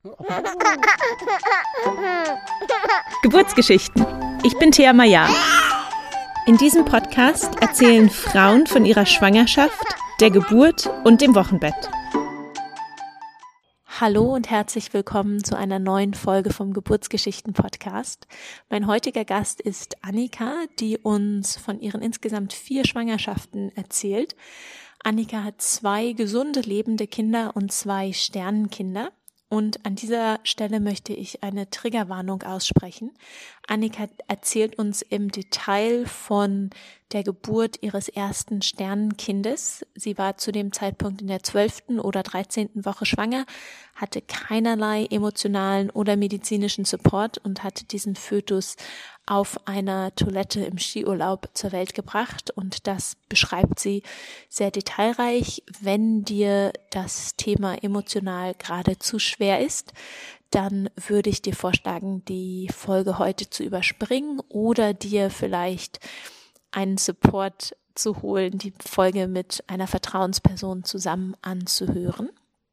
Geburtsgeschichten. Ich bin Thea Maya. In diesem Podcast erzählen Frauen von ihrer Schwangerschaft, der Geburt und dem Wochenbett. Hallo und herzlich willkommen zu einer neuen Folge vom Geburtsgeschichten-Podcast. Mein heutiger Gast ist Annika, die uns von ihren insgesamt 4 Schwangerschaften erzählt. Annika hat 2 gesunde, lebende Kinder und 2 Sternenkinder. Und an dieser Stelle möchte ich eine Triggerwarnung aussprechen. Annika erzählt uns im Detail von der Geburt ihres ersten Sternenkindes. Sie war zu dem Zeitpunkt in der 12. oder 13. Woche schwanger, hatte keinerlei emotionalen oder medizinischen Support und hatte diesen Fötus auf einer Toilette im Skiurlaub zur Welt gebracht, und das beschreibt sie sehr detailreich. Wenn dir das Thema emotional gerade zu schwer ist, dann würde ich dir vorschlagen, die Folge heute zu überspringen oder dir vielleicht einen Support zu holen, die Folge mit einer Vertrauensperson zusammen anzuhören.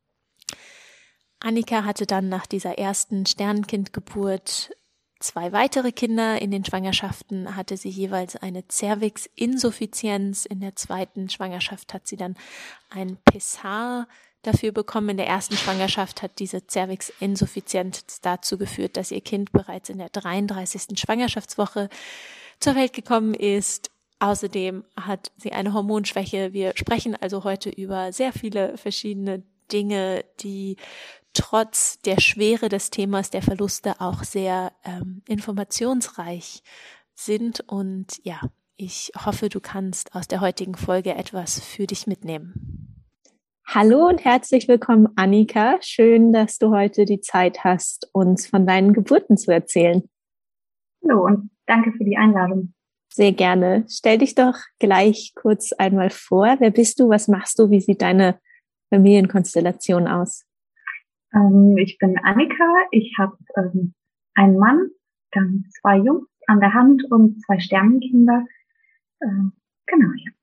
Annika hatte dann nach dieser ersten Sternenkindgeburt 2 weitere Kinder. In den Schwangerschaften hatte sie jeweils eine Zervixinsuffizienz. In der 2. Schwangerschaft hat sie dann ein Pessar dafür bekommen. In der ersten Schwangerschaft hat diese Zervixinsuffizienz dazu geführt, dass ihr Kind bereits in der 33. Schwangerschaftswoche zur Welt gekommen ist. Außerdem hat sie eine Hormonschwäche. Wir sprechen also heute über sehr viele verschiedene Dinge, die trotz der Schwere des Themas der Verluste auch sehr informationsreich sind. Und ja, ich hoffe, du kannst aus der heutigen Folge etwas für dich mitnehmen. Hallo und herzlich willkommen, Annika. Schön, dass du heute die Zeit hast, uns von deinen Geburten zu erzählen. Hallo und danke für die Einladung. Sehr gerne. Stell dich doch gleich kurz einmal vor. Wer bist du? Was machst du? Wie sieht deine Familienkonstellation aus? Ich bin Annika. Ich habe einen Mann, dann 2 Jungs an der Hand und 2 Sternenkinder. Genau, ja.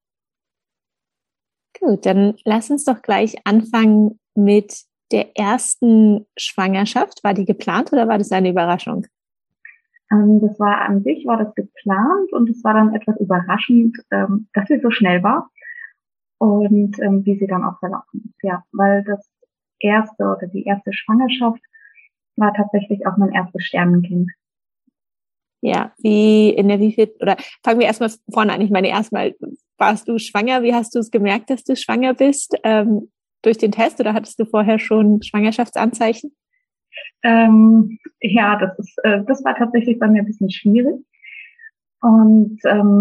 Gut, dann lass uns doch gleich anfangen mit der ersten Schwangerschaft. War die geplant oder war das eine Überraschung? Das war an sich, war das geplant, und es war dann etwas überraschend, dass sie so schnell war und wie sie dann auch verlaufen ist. Ja, weil die erste Schwangerschaft war tatsächlich auch mein erstes Sternenkind. Ja, fangen wir erstmal vorne an. Ich meine, erstmal, warst du schwanger? Wie hast du es gemerkt, dass du schwanger bist? Durch den Test oder hattest du vorher schon Schwangerschaftsanzeichen? Ja, das war tatsächlich bei mir ein bisschen schwierig. Und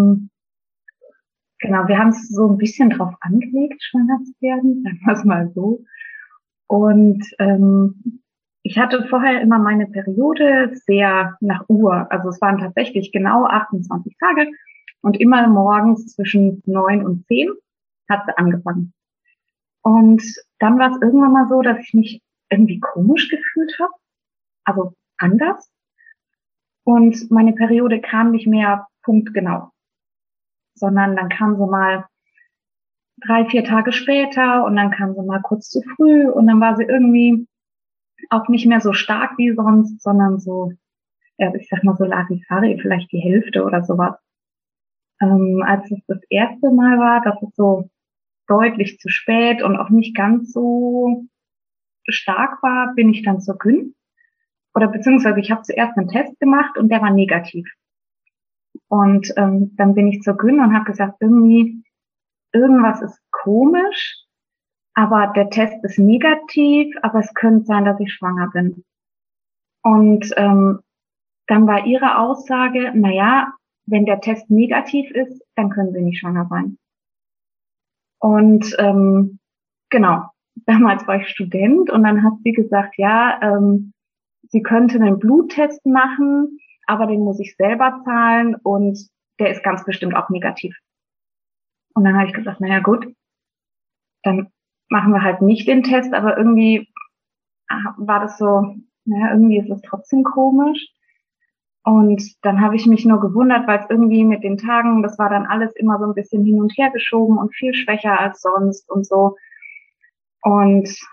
genau, wir haben es so ein bisschen drauf angelegt, schwanger zu werden, sagen wir es mal so. Und ich hatte vorher immer meine Periode sehr nach Uhr. Also es waren tatsächlich genau 28 Tage. Und immer morgens zwischen 9 und 10 hat sie angefangen. Und dann war es irgendwann mal so, dass ich mich irgendwie komisch gefühlt habe. Also anders. Und meine Periode kam nicht mehr punktgenau, sondern dann kam sie mal 3, 4 Tage später und dann kam sie mal kurz zu früh und dann war sie irgendwie auch nicht mehr so stark wie sonst, sondern so, ja, ich sag mal so Larifari, vielleicht die Hälfte oder sowas. Als es das erste Mal war, das ist so deutlich zu spät und auch nicht ganz so stark war, bin ich dann zur Gyn. Oder beziehungsweise ich habe zuerst einen Test gemacht und der war negativ. Und dann bin ich zur Gyn und habe gesagt, irgendwas ist komisch, aber der Test ist negativ, aber es könnte sein, dass ich schwanger bin. Und dann war ihre Aussage, naja, wenn der Test negativ ist, dann können Sie nicht schwanger sein. Und genau, damals war ich Student und dann hat sie gesagt, ja, sie könnte einen Bluttest machen, aber den muss ich selber zahlen und der ist ganz bestimmt auch negativ. Und dann habe ich gesagt, naja gut, dann machen wir halt nicht den Test, aber irgendwie war das so, naja, irgendwie ist es trotzdem komisch. Und dann habe ich mich nur gewundert, weil es irgendwie mit den Tagen, das war dann alles immer so ein bisschen hin und her geschoben und viel schwächer als sonst und so. Und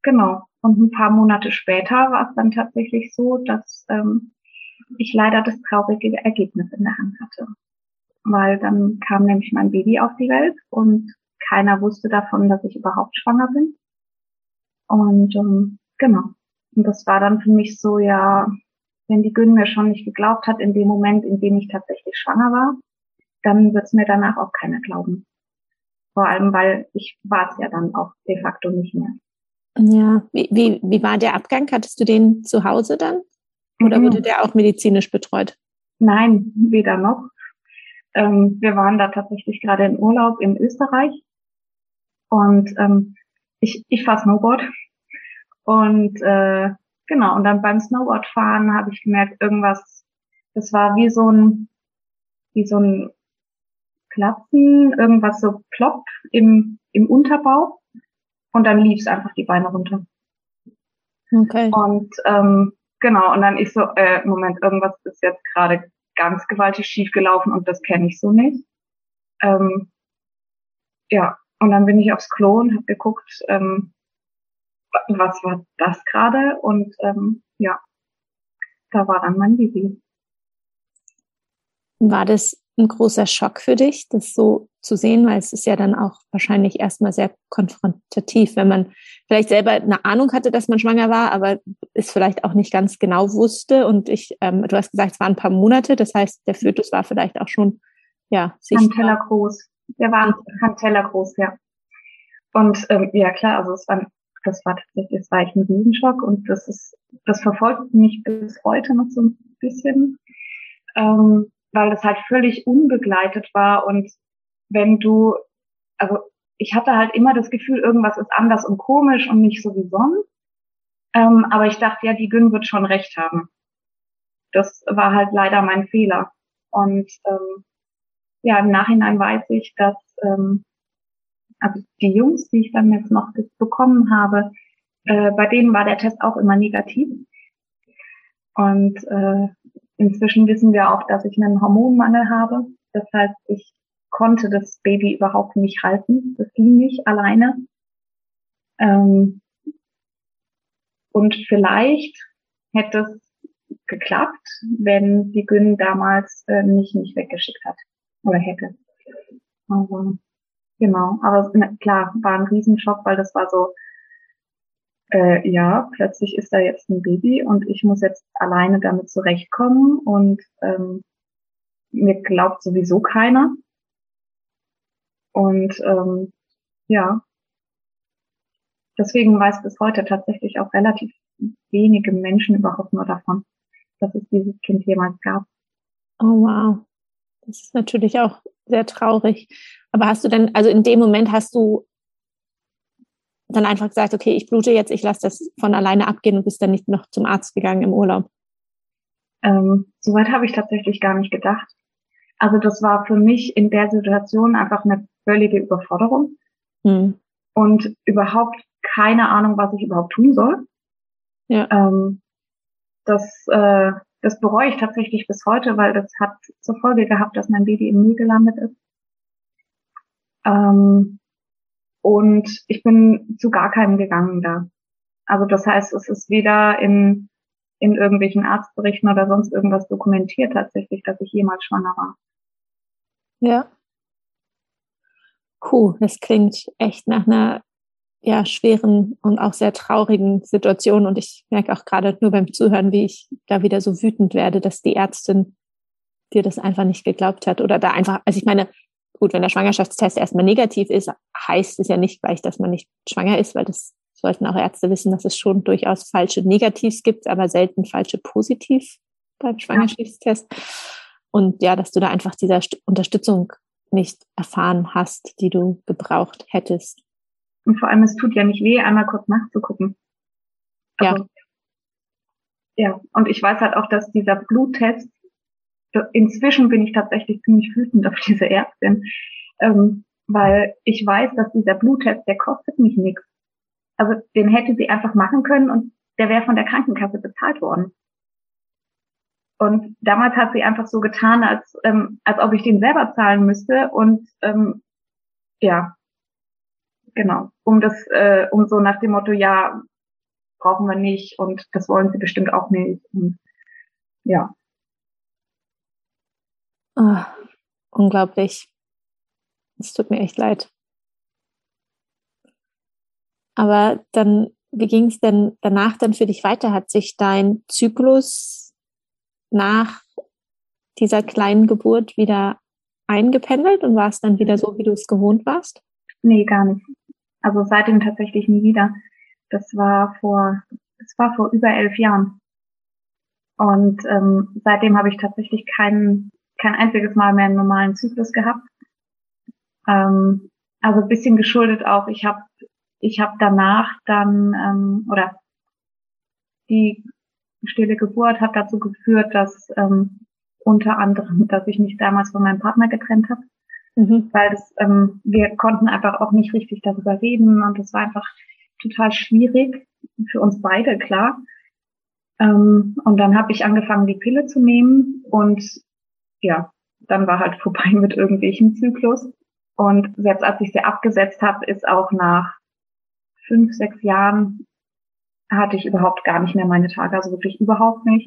genau. Und ein paar Monate später war es dann tatsächlich so, dass ich leider das traurige Ergebnis in der Hand hatte. Weil dann kam nämlich mein Baby auf die Welt und keiner wusste davon, dass ich überhaupt schwanger bin. Und genau. Und das war dann für mich so, ja, wenn die Gyn mir schon nicht geglaubt hat in dem Moment, in dem ich tatsächlich schwanger war, dann wird es mir danach auch keiner glauben. Vor allem, weil ich war es ja dann auch de facto nicht mehr. Ja, wie war der Abgang? Hattest du den zu Hause dann? Oder wurde der auch medizinisch betreut? Nein, weder noch. Wir waren da tatsächlich gerade in Urlaub in Österreich und ich fahre Snowboard und genau, und dann beim Snowboardfahren habe ich gemerkt, irgendwas, das war wie so ein Platzen, irgendwas so plopp im Unterbauch und dann lief es einfach die Beine runter. Okay. Und genau, und dann ich so, Moment, irgendwas ist jetzt gerade ganz gewaltig schief gelaufen und das kenne ich so nicht. Ja, und dann bin ich aufs Klo und habe geguckt, was war das gerade? Und ja, da war dann mein Baby. War das ein großer Schock für dich, das so zu sehen? Weil es ist ja dann auch wahrscheinlich erstmal sehr konfrontativ, wenn man vielleicht selber eine Ahnung hatte, dass man schwanger war, aber es vielleicht auch nicht ganz genau wusste. Und du hast gesagt, es waren ein paar Monate, das heißt, der Fötus war vielleicht auch schon, ja, sichtbar. Handteller groß. Der war Handteller groß, ja. Und ja klar, also das war echt ein Riesenschock und das verfolgt mich bis heute noch so ein bisschen, weil das halt völlig unbegleitet war und also ich hatte halt immer das Gefühl, irgendwas ist anders und komisch und nicht so wie sonst, aber ich dachte, ja, die Gyn wird schon recht haben. Das war halt leider mein Fehler und ja, im Nachhinein weiß ich, dass also die Jungs, die ich dann jetzt noch bekommen habe, bei denen war der Test auch immer negativ. Und inzwischen wissen wir auch, dass ich einen Hormonmangel habe. Das heißt, ich konnte das Baby überhaupt nicht halten. Das ging nicht alleine. Und vielleicht hätte es geklappt, wenn die Gyn damals mich nicht weggeschickt hat oder hätte. Also, genau, aber klar, war ein Riesenschock, weil das war so, ja, plötzlich ist da jetzt ein Baby und ich muss jetzt alleine damit zurechtkommen und mir glaubt sowieso keiner. Und ja, deswegen weiß bis heute tatsächlich auch relativ wenige Menschen überhaupt nur davon, dass es dieses Kind jemals gab. Oh wow, das ist natürlich auch sehr traurig. Aber hast du denn, also in dem Moment hast du dann einfach gesagt, okay, ich blute jetzt, ich lasse das von alleine abgehen und bist dann nicht noch zum Arzt gegangen im Urlaub? Soweit habe ich tatsächlich gar nicht gedacht. Also das war für mich in der Situation einfach eine völlige Überforderung und überhaupt keine Ahnung, was ich überhaupt tun soll. Ja. Das bereue ich tatsächlich bis heute, weil das hat zur Folge gehabt, dass mein Baby im Müll gelandet ist. Und ich bin zu gar keinem gegangen da. Also das heißt, es ist weder in irgendwelchen Arztberichten oder sonst irgendwas dokumentiert tatsächlich, dass ich jemals schwanger war. Ja. Das klingt echt nach einer schweren und auch sehr traurigen Situation. Und ich merke auch gerade nur beim Zuhören, wie ich da wieder so wütend werde, dass die Ärztin dir das einfach nicht geglaubt hat. Oder da einfach, also ich meine, gut, wenn der Schwangerschaftstest erstmal negativ ist, heißt es ja nicht gleich, dass man nicht schwanger ist, weil das sollten auch Ärzte wissen, dass es schon durchaus falsche Negativs gibt, aber selten falsche Positiv beim Schwangerschaftstest. Und ja, dass du da einfach diese Unterstützung nicht erfahren hast, die du gebraucht hättest. Und vor allem, es tut ja nicht weh, einmal kurz nachzugucken. Also, ja. Und ich weiß halt auch, dass dieser Bluttest, inzwischen bin ich tatsächlich ziemlich wütend auf diese Ärztin, weil ich weiß, dass dieser Bluttest, der kostet mich nichts. Also den hätte sie einfach machen können und der wäre von der Krankenkasse bezahlt worden. Und damals hat sie einfach so getan, als ob ich den selber zahlen müsste. Und ja, genau, um so nach dem Motto, ja, brauchen wir nicht und das wollen sie bestimmt auch nicht. Und ja. Oh, unglaublich. Es tut mir echt leid. Aber dann, wie ging es denn danach dann für dich weiter? Hat sich dein Zyklus nach dieser kleinen Geburt wieder eingependelt und war es dann wieder so, wie du es gewohnt warst? Nee, gar nicht. Also seitdem tatsächlich nie wieder. Das war vor über 11 Jahren. Und seitdem habe ich tatsächlich kein einziges Mal mehr einen normalen Zyklus gehabt. Also ein bisschen geschuldet auch. Ich hab danach dann oder die stille Geburt hat dazu geführt, dass unter anderem, dass ich mich damals von meinem Partner getrennt habe, weil wir konnten einfach auch nicht richtig darüber reden und es war einfach total schwierig für uns beide, klar. Und dann habe ich angefangen, die Pille zu nehmen und ja, dann war halt vorbei mit irgendwelchem Zyklus. Und selbst als ich sie abgesetzt habe, ist auch nach 5, 6 Jahren hatte ich überhaupt gar nicht mehr meine Tage, also wirklich überhaupt nicht.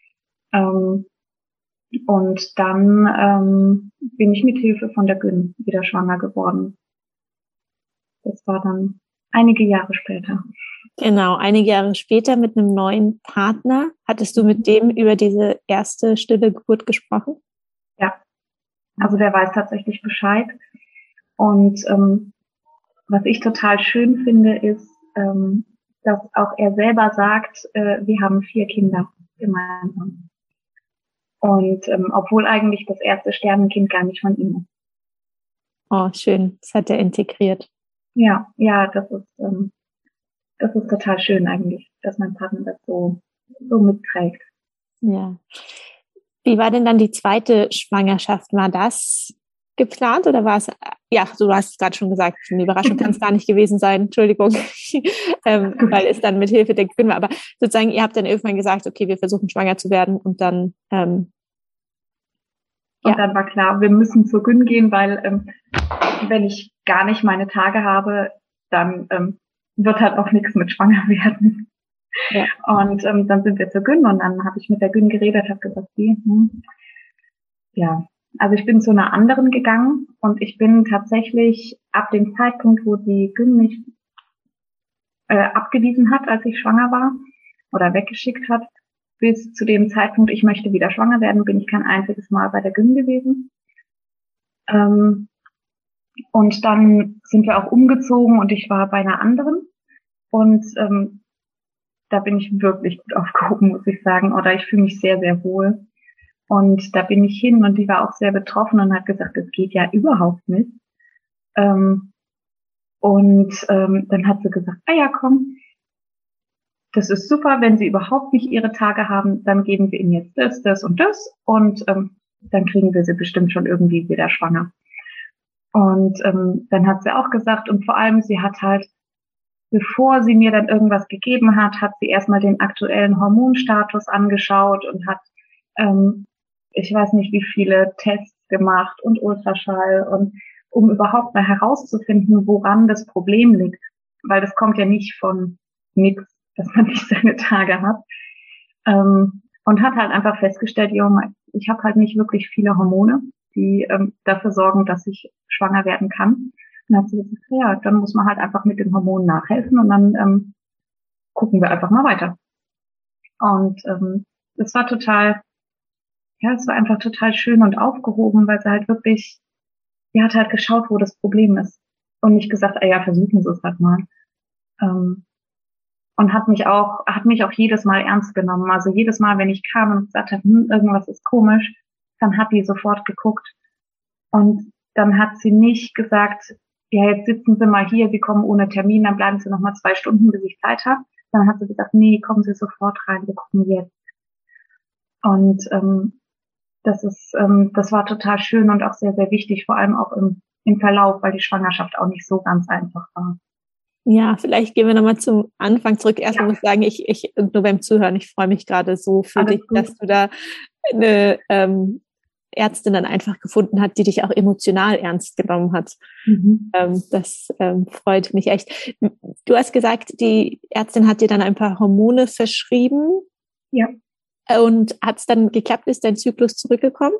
Und dann bin ich mit Hilfe von der Gyn wieder schwanger geworden. Das war dann einige Jahre später. Genau, einige Jahre später mit einem neuen Partner. Hattest du mit dem über diese erste stille Geburt gesprochen? Ja, also der weiß tatsächlich Bescheid. Und was ich total schön finde, ist, dass auch er selber sagt, wir haben 4 Kinder gemeinsam. Und obwohl eigentlich das erste Sternenkind gar nicht von ihm ist. Oh, schön. Das hat er integriert. Ja, das ist total schön eigentlich, dass mein Partner das so mitträgt. Ja. Wie war denn dann die zweite Schwangerschaft? War das geplant oder war es, ja, du hast es gerade schon gesagt, eine Überraschung kann es gar nicht gewesen sein, Entschuldigung, weil es dann mit Hilfe der Gyn war. Aber sozusagen, ihr habt dann irgendwann gesagt, okay, wir versuchen schwanger zu werden und dann Und dann war klar, wir müssen zur Gyn gehen, weil wenn ich gar nicht meine Tage habe, dann wird halt auch nichts mit schwanger werden. Ja. Und dann sind wir zur Gyn und dann habe ich mit der Gyn geredet, habe gesagt, ja, also ich bin zu einer anderen gegangen und ich bin tatsächlich ab dem Zeitpunkt, wo die Gyn mich abgewiesen hat, als ich schwanger war oder weggeschickt hat, bis zu dem Zeitpunkt, ich möchte wieder schwanger werden, bin ich kein einziges Mal bei der Gyn gewesen. Und dann sind wir auch umgezogen und ich war bei einer anderen und da bin ich wirklich gut aufgehoben, muss ich sagen, oder ich fühle mich sehr, sehr wohl. Und da bin ich hin und die war auch sehr betroffen und hat gesagt, das geht ja überhaupt nicht. Dann hat sie gesagt, ja komm, das ist super, wenn Sie überhaupt nicht Ihre Tage haben, dann geben wir Ihnen jetzt das und das und dann kriegen wir Sie bestimmt schon irgendwie wieder schwanger. Und dann hat sie auch gesagt, und vor allem, sie hat halt, bevor sie mir dann irgendwas gegeben hat, hat sie erstmal den aktuellen Hormonstatus angeschaut und hat, ich weiß nicht, wie viele Tests gemacht und Ultraschall und um überhaupt mal herauszufinden, woran das Problem liegt. Weil das kommt ja nicht von nichts, dass man nicht seine Tage hat. Und hat halt einfach festgestellt, ich habe halt nicht wirklich viele Hormone, die dafür sorgen, dass ich schwanger werden kann. Und dann hat sie gesagt, ja, dann muss man halt einfach mit den Hormonen nachhelfen und dann gucken wir einfach mal weiter. Und es war es war einfach total schön und aufgehoben, weil sie halt wirklich, sie hat halt geschaut, wo das Problem ist. Und nicht gesagt, ja, versuchen Sie es halt mal. Und hat mich auch jedes Mal ernst genommen. Also jedes Mal, wenn ich kam und gesagt habe, irgendwas ist komisch, dann hat die sofort geguckt. Und dann hat sie nicht gesagt, ja, jetzt sitzen Sie mal hier, Sie kommen ohne Termin, dann bleiben Sie noch mal 2 Stunden, bis ich Zeit habe. Dann hat sie gesagt, nee, kommen Sie sofort rein, wir gucken jetzt. Und das war total schön und auch sehr, sehr wichtig, vor allem auch im Verlauf, weil die Schwangerschaft auch nicht so ganz einfach war. Ja, vielleicht gehen wir nochmal zum Anfang zurück. Erstmal muss ich sagen, ich nur beim Zuhören, ich freue mich gerade so für dich, dass du da eine Ärztin dann einfach gefunden hat, die dich auch emotional ernst genommen hat. Das freut mich echt. Du hast gesagt, die Ärztin hat dir dann ein paar Hormone verschrieben. Ja. Und hat es dann geklappt? Ist dein Zyklus zurückgekommen?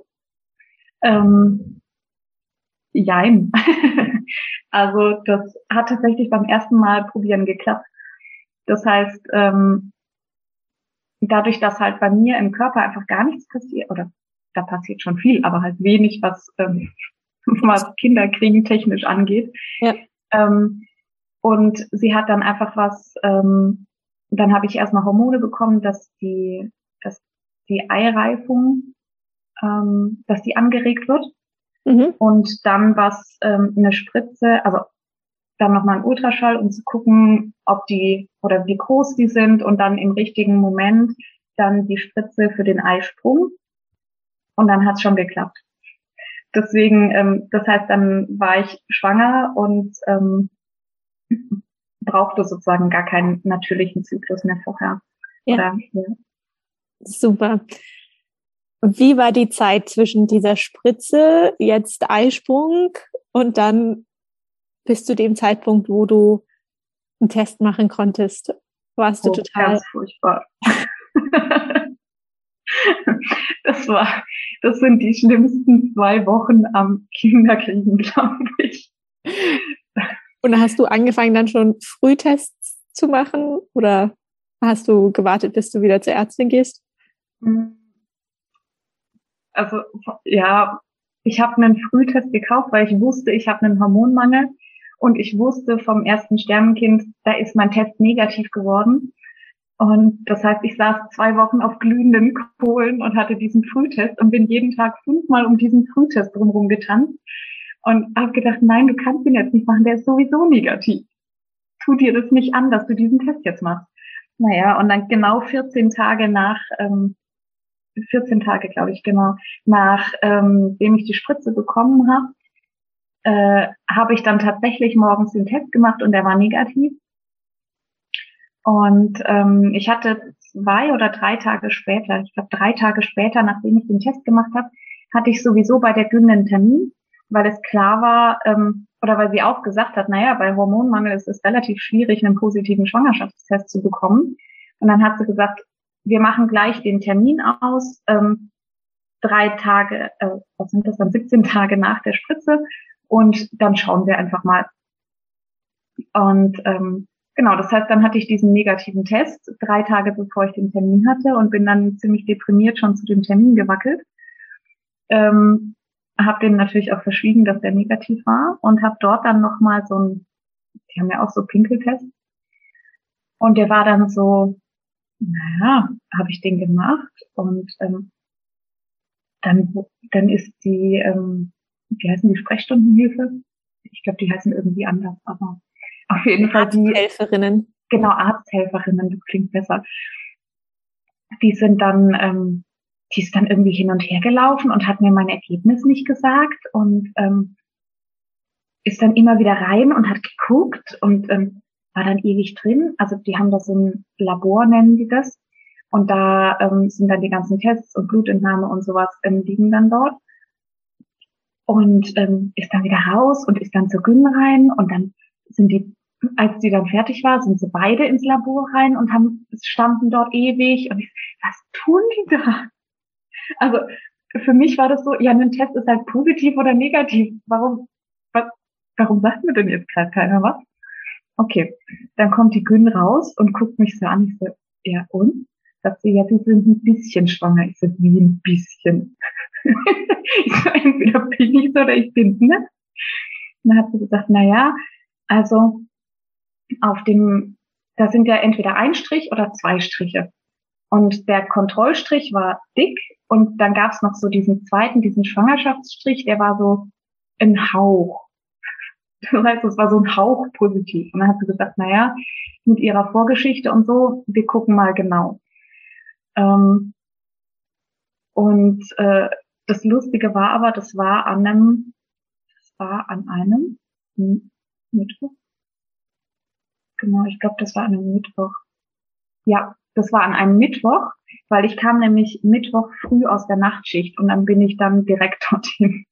Jein. Also das hat tatsächlich beim ersten Mal probieren geklappt. Das heißt, dadurch, dass halt bei mir im Körper einfach gar nichts passiert, oder da passiert schon viel, aber halt wenig, was Kinderkriegen technisch angeht. Ja. Und sie hat dann einfach dann habe ich erstmal Hormone bekommen, dass die Eireifung, dass die angeregt wird. Und dann eine Spritze, also dann nochmal ein Ultraschall, um zu gucken, ob die oder wie groß die sind und dann im richtigen Moment dann die Spritze für den Eisprung. Und dann hat's schon geklappt. Deswegen, das heißt, dann war ich schwanger und brauchte sozusagen gar keinen natürlichen Zyklus mehr vorher. Ja. Super. Wie war die Zeit zwischen dieser Spritze, jetzt Eisprung und dann bis zu dem Zeitpunkt, wo du einen Test machen konntest? Warst du total... Ganz furchtbar. Das sind die schlimmsten 2 Wochen am Kinderkriegen, glaube ich. Und hast du angefangen, dann schon Frühtests zu machen oder hast du gewartet, bis du wieder zur Ärztin gehst? Also ja, ich habe einen Frühtest gekauft, weil ich wusste, ich habe einen Hormonmangel und ich wusste vom ersten Sternenkind, da ist mein Test negativ geworden. Und das heißt, ich saß 2 Wochen auf glühenden Kohlen und hatte diesen Frühtest und bin jeden Tag 5-mal um diesen Frühtest drumherum getanzt und habe gedacht, nein, du kannst ihn jetzt nicht machen, der ist sowieso negativ. Tu dir das nicht an, dass du diesen Test jetzt machst. Naja, und dann genau 14 Tage, glaube ich, genau, nachdem ich die Spritze bekommen habe, habe ich dann tatsächlich morgens den Test gemacht und der war negativ. Und ich hatte 2 oder 3 Tage später, ich glaube 3 Tage später, nachdem ich den Test gemacht habe, hatte ich sowieso bei der Gyn einen Termin, weil es klar war, oder weil sie auch gesagt hat, naja, bei Hormonmangel ist es relativ schwierig, einen positiven Schwangerschaftstest zu bekommen. Und dann hat sie gesagt, wir machen gleich den Termin aus, 3 Tage, was sind das dann, 17 Tage nach der Spritze und dann schauen wir einfach mal. Und genau, das heißt, dann hatte ich diesen negativen Test 3 Tage bevor ich den Termin hatte und bin dann ziemlich deprimiert schon zu dem Termin gewackelt. Habe denen natürlich auch verschwiegen, dass der negativ war und habe dort dann nochmal die haben ja auch so Pinkeltests und der war dann so, naja, habe ich den gemacht und dann ist wie heißen die Sprechstundenhilfe? Ich glaube, die heißen irgendwie anders, aber auf jeden Fall Arzthelferinnen. Genau, Arzthelferinnen, das klingt besser. Die ist dann irgendwie hin und her gelaufen und hat mir mein Ergebnis nicht gesagt und ist dann immer wieder rein und hat geguckt und war dann ewig drin. Also die haben da so ein Labor, nennen die das. Und da sind dann die ganzen Tests und Blutentnahme und sowas liegen dann dort. Und ist dann wieder raus und ist dann zur Gyn rein und dann als die dann fertig war, sind sie beide ins Labor rein und standen dort ewig und was tun die da? Also für mich war das so, ja, ein Test ist halt positiv oder negativ. Warum sagt mir denn jetzt gerade keiner was? Okay, dann kommt die Gyn raus und guckt mich so an. Ich so, ja und? Sagt sie, ja, sie sind ein bisschen schwanger. Ich so, wie ein bisschen? Ich so, entweder bin ich oder ich bin's nicht. Und dann hat sie gesagt, naja, also da sind ja entweder ein Strich oder 2 Striche. Und der Kontrollstrich war dick und dann gab's noch so diesen Schwangerschaftsstrich, der war so ein Hauch. Das heißt, es war so ein Hauch positiv. Und dann hat sie gesagt, naja, mit ihrer Vorgeschichte und so, wir gucken mal genau. Das Lustige war aber, das war an einem Mittwoch. Genau, ich glaube, das war an einem Mittwoch. Ja, das war an einem Mittwoch. weil ich kam nämlich Mittwoch früh aus der Nachtschicht und dann bin ich dann direkt dorthin.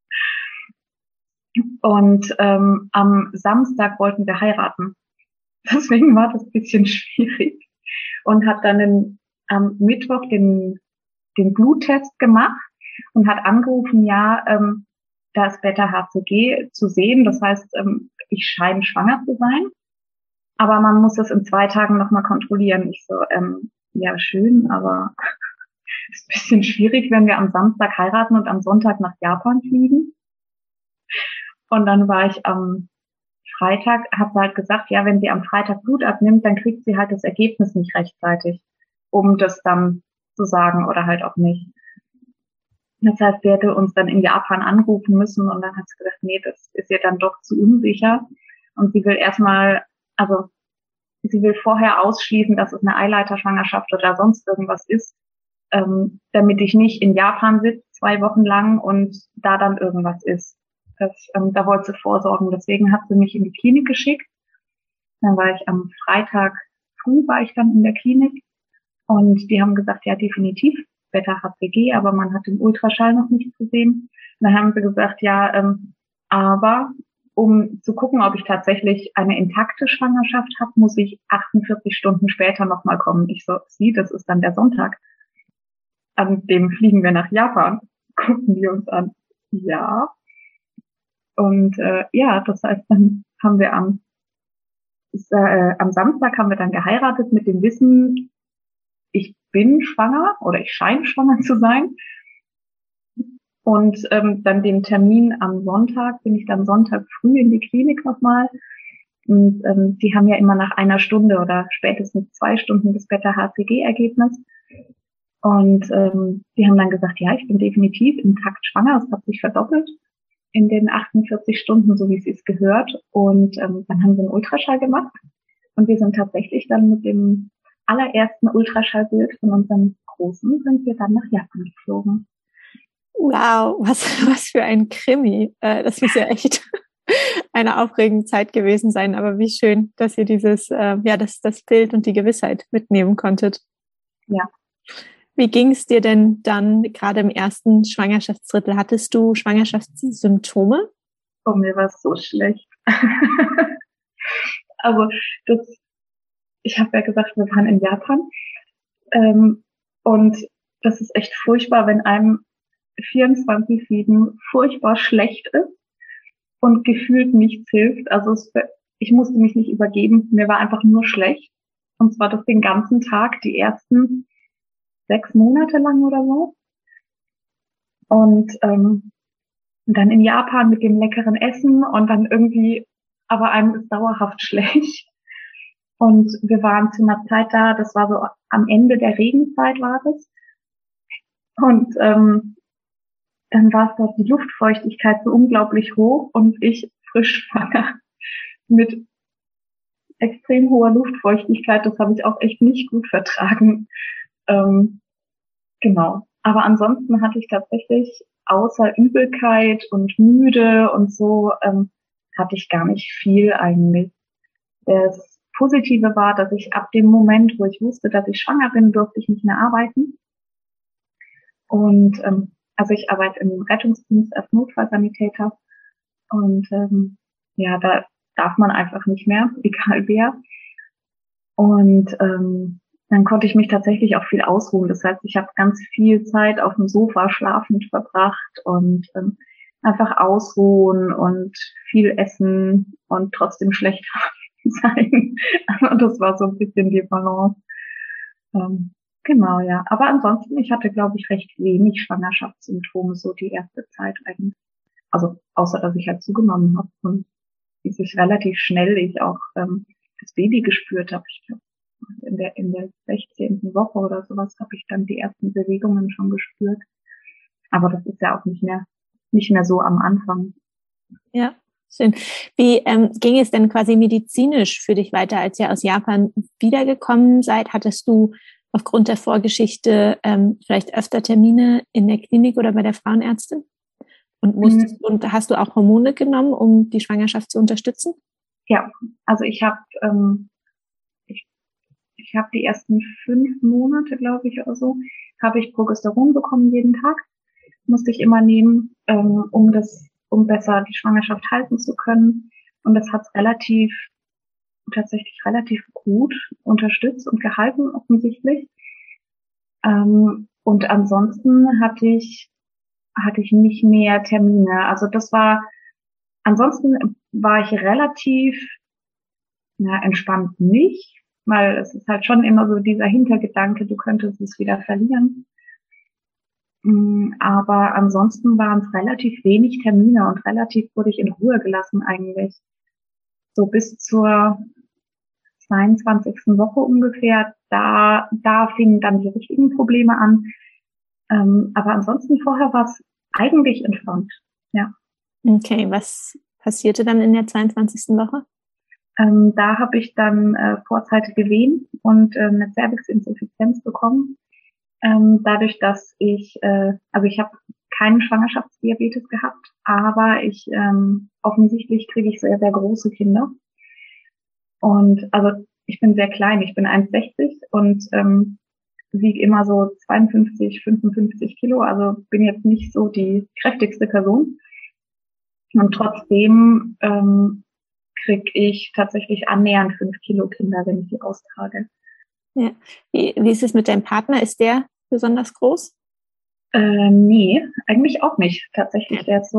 Und am Samstag wollten wir heiraten. Deswegen war das ein bisschen schwierig. Und hat dann am Mittwoch den Bluttest gemacht und hat angerufen, ja, da ist Beta-HCG zu sehen. Das heißt, ich scheine schwanger zu sein. Aber man muss das in 2 Tagen nochmal kontrollieren. Ich so, ja, schön, aber ist ein bisschen schwierig, wenn wir am Samstag heiraten und am Sonntag nach Japan fliegen. Und dann war ich am Freitag, habe halt gesagt, ja, wenn sie am Freitag Blut abnimmt, dann kriegt sie halt das Ergebnis nicht rechtzeitig, um das dann zu sagen oder halt auch nicht. Das heißt, sie hätte uns dann in Japan anrufen müssen und dann hat sie gesagt, nee, das ist ihr dann doch zu unsicher. Und sie will sie will vorher ausschließen, dass es eine Eileiterschwangerschaft oder sonst irgendwas ist, damit ich nicht in Japan sitze 2 Wochen lang und da dann irgendwas ist. Da wollte sie vorsorgen. Deswegen hat sie mich in die Klinik geschickt. Dann war ich am Freitag früh dann in der Klinik und die haben gesagt, ja, definitiv Beta-HCG, aber man hat den Ultraschall noch nicht gesehen. Und dann haben sie gesagt, ja, aber um zu gucken, ob ich tatsächlich eine intakte Schwangerschaft habe, muss ich 48 Stunden später nochmal kommen. Ich so, das ist dann der Sonntag. An dem fliegen wir nach Japan. Gucken die uns an. Ja. Und ja, das heißt, dann haben wir am Samstag haben wir dann geheiratet mit dem Wissen, ich bin schwanger oder ich scheine schwanger zu sein. Und dann den Termin am Sonntag, bin ich dann Sonntag früh in die Klinik nochmal. Und die haben ja immer nach 1 Stunde oder spätestens 2 Stunden das Beta-HCG-Ergebnis. Und die haben dann gesagt, ja, ich bin definitiv intakt schwanger. Es hat sich verdoppelt in den 48 Stunden, so wie es ist gehört. Und dann haben sie einen Ultraschall gemacht. Und wir sind tatsächlich dann mit dem allerersten Ultraschallbild von unserem Großen sind wir dann nach Japan geflogen. Wow, was für ein Krimi. Das muss ja echt eine aufregende Zeit gewesen sein. Aber wie schön, dass ihr das Bild und die Gewissheit mitnehmen konntet. Ja. Wie ging es dir denn dann gerade im ersten Schwangerschaftsdrittel? Hattest du Schwangerschaftssymptome? Oh, mir war es so schlecht. Also ich habe ja gesagt, wir waren in Japan. Und das ist echt furchtbar, wenn einem 24/7 furchtbar schlecht ist und gefühlt nichts hilft. Also ich musste mich nicht übergeben, mir war einfach nur schlecht. Und zwar das den ganzen Tag, die ersten 6 Monate lang oder so. Und dann in Japan mit dem leckeren Essen und dann irgendwie, aber einem ist dauerhaft schlecht. Und wir waren zu einer Zeit da, das war so am Ende der Regenzeit war das. Und dann war es dort die Luftfeuchtigkeit so unglaublich hoch und ich frisch schwanger mit extrem hoher Luftfeuchtigkeit. Das habe ich auch echt nicht gut vertragen. Genau. Aber ansonsten hatte ich tatsächlich außer Übelkeit und müde und so, hatte ich gar nicht viel eigentlich. Das Positive war, dass ich ab dem Moment, wo ich wusste, dass ich schwanger bin, durfte ich nicht mehr arbeiten. Und also ich arbeite im Rettungsdienst als Notfallsanitäter und ja, da darf man einfach nicht mehr, egal wer. Und dann konnte ich mich tatsächlich auch viel ausruhen. Das heißt, ich habe ganz viel Zeit auf dem Sofa schlafend verbracht und einfach ausruhen und viel essen und trotzdem schlecht sein. Und das war so ein bisschen die Balance. Genau, ja. Aber ansonsten, ich hatte, glaube ich, recht wenig Schwangerschaftssymptome, so die erste Zeit eigentlich. Also, außer, dass ich halt zugenommen habe und sich relativ schnell ich auch das Baby gespürt habe. Ich glaube, in der 16. Woche oder sowas habe ich dann die ersten Bewegungen schon gespürt. Aber das ist ja auch nicht mehr so am Anfang. Ja, schön. Wie ging es denn quasi medizinisch für dich weiter, als ihr aus Japan wiedergekommen seid? Hattest du aufgrund der Vorgeschichte vielleicht öfter Termine in der Klinik oder bei der Frauenärztin? Und hast du auch Hormone genommen, um die Schwangerschaft zu unterstützen? Ja, also ich habe ich habe die ersten 5 Monate, glaube ich, oder so, habe ich Progesteron bekommen jeden Tag. Musste ich immer nehmen, um besser die Schwangerschaft halten zu können. Und das hat tatsächlich relativ gut unterstützt und gehalten, offensichtlich. Und ansonsten hatte ich nicht mehr Termine. Also ansonsten war ich relativ, entspannt nicht, weil es ist halt schon immer so dieser Hintergedanke, du könntest es wieder verlieren. Aber ansonsten waren es relativ wenig Termine und relativ wurde ich in Ruhe gelassen eigentlich. So bis zur 22. Woche ungefähr, da fingen dann die richtigen Probleme an. Aber ansonsten vorher war es eigentlich entspannt, ja. Okay, was passierte dann in der 22. Woche? Da habe ich dann vorzeitige Wehen und eine Zervixinsuffizienz bekommen. Dadurch, dass ich habe keinen Schwangerschaftsdiabetes gehabt, aber offensichtlich kriege ich sehr, sehr große Kinder. Und also ich bin sehr klein, ich bin 1,60 und wiege immer so 52, 55 Kilo, also bin jetzt nicht so die kräftigste Person. Und trotzdem kriege ich tatsächlich annähernd 5 Kilo Kinder, wenn ich die austrage. Ja. Wie ist es mit deinem Partner? Ist der besonders groß? Nee, eigentlich auch nicht. Tatsächlich, der ist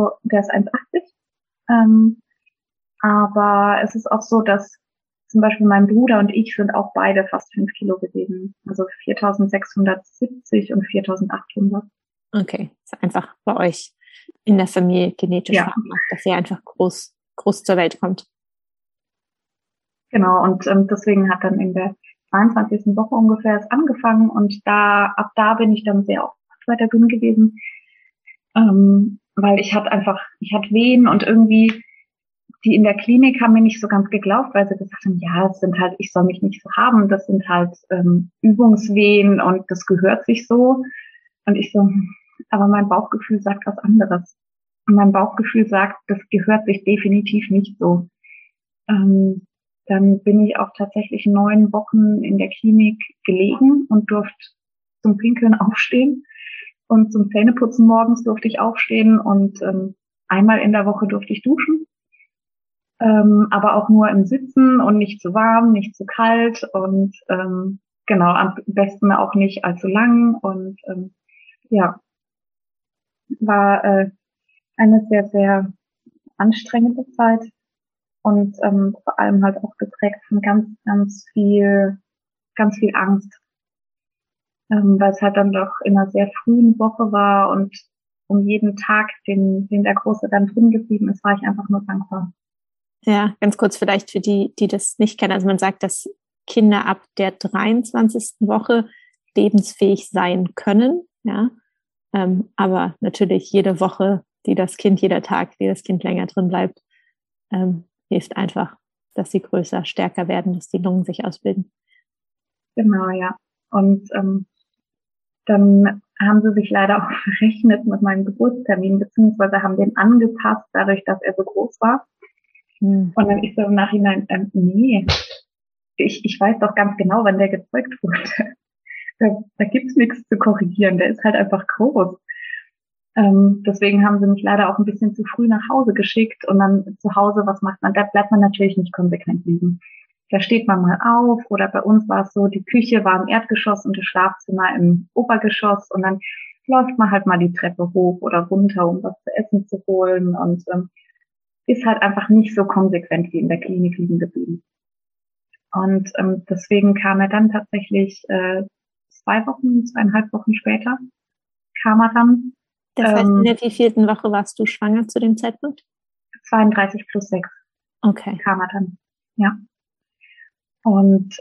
1,80. Aber es ist auch so, dass zum Beispiel mein Bruder und ich sind auch beide fast 5 Kilo gewesen. Also 4.670 und 4.800. Okay, ist einfach bei euch in der Familie genetisch veranlagt, dass ihr einfach groß zur Welt kommt. Genau, und deswegen hat dann in der 22. Woche ungefähr es angefangen und ab da bin ich dann sehr oft weiter dünn gewesen, weil ich hatte Wehen und irgendwie die in der Klinik haben mir nicht so ganz geglaubt, weil sie gesagt haben, ja, es sind halt, ich soll mich nicht so haben, das sind halt Übungswehen und das gehört sich so. Und ich so, aber mein Bauchgefühl sagt was anderes. Und mein Bauchgefühl sagt, das gehört sich definitiv nicht so. Dann bin ich auch tatsächlich 9 Wochen in der Klinik gelegen und durfte zum Pinkeln aufstehen. Und zum Zähneputzen morgens durfte ich aufstehen und einmal in der Woche durfte ich duschen. Aber auch nur im Sitzen und nicht zu warm, nicht zu kalt und genau, am besten auch nicht allzu lang. Und war eine sehr, sehr anstrengende Zeit. Und vor allem halt auch geprägt von ganz, ganz viel Angst. Weil es halt dann doch in einer sehr frühen Woche war und um jeden Tag, den der Große dann drin geblieben ist, war ich einfach nur dankbar. Ja, ganz kurz vielleicht für die das nicht kennen. Also man sagt, dass Kinder ab der 23. Woche lebensfähig sein können. Ja, aber natürlich jede Woche, jeder Tag, die das Kind länger drin bleibt, hilft einfach, dass sie größer, stärker werden, dass die Lungen sich ausbilden. Genau, ja. Und dann haben sie sich leider auch verrechnet mit meinem Geburtstermin, beziehungsweise haben den angepasst, dadurch, dass er so groß war. Und dann ist so im Nachhinein, nee, ich weiß doch ganz genau, wann der gezeugt wurde. Da gibt's nichts zu korrigieren, der ist halt einfach groß. Deswegen haben sie mich leider auch ein bisschen zu früh nach Hause geschickt und dann zu Hause, was macht man? Da bleibt man natürlich nicht konsequent liegen. Da steht man mal auf oder bei uns war es so, die Küche war im Erdgeschoss und das Schlafzimmer im Obergeschoss und dann läuft man halt mal die Treppe hoch oder runter, um was zu essen zu holen und ist halt einfach nicht so konsequent wie in der Klinik liegen geblieben. Und deswegen kam er dann tatsächlich 2,5 Wochen später kam er dann. Das heißt, in der wievielten Woche warst du schwanger zu dem Zeitpunkt? 32 plus 6. Okay. Kam er dann, ja. Und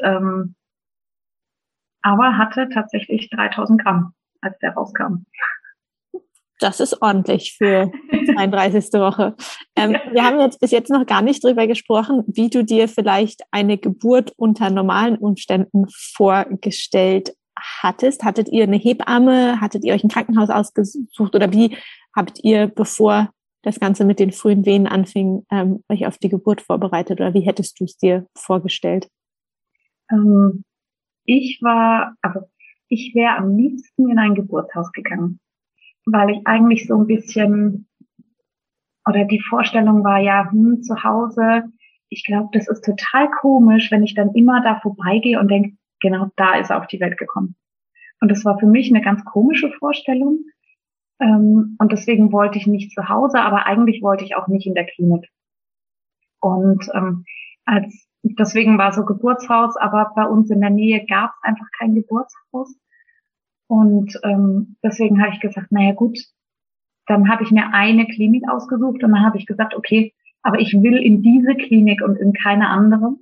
aber hatte tatsächlich 3.000 Gramm, als der rauskam. Das ist ordentlich für die 32. Woche. Wir haben jetzt bis jetzt noch gar nicht drüber gesprochen, wie du dir vielleicht eine Geburt unter normalen Umständen vorgestellt hattest. Hattet ihr eine Hebamme? Hattet ihr euch ein Krankenhaus ausgesucht? Oder wie habt ihr, bevor das Ganze mit den frühen Wehen anfing, euch auf die Geburt vorbereitet? Oder wie hättest du es dir vorgestellt? ich wäre am liebsten in ein Geburtshaus gegangen, weil ich eigentlich so ein bisschen, oder die Vorstellung war ja, zu Hause, ich glaube, das ist total komisch, wenn ich dann immer da vorbeigehe und denke, genau da ist er auf die Welt gekommen. Und das war für mich eine ganz komische Vorstellung. Und deswegen wollte ich nicht zu Hause, aber eigentlich wollte ich auch nicht in der Klinik. Und deswegen war so Geburtshaus, aber bei uns in der Nähe gab es einfach kein Geburtshaus. Und deswegen habe ich gesagt, naja gut, dann habe ich mir eine Klinik ausgesucht und dann habe ich gesagt, okay, aber ich will in diese Klinik und in keine andere.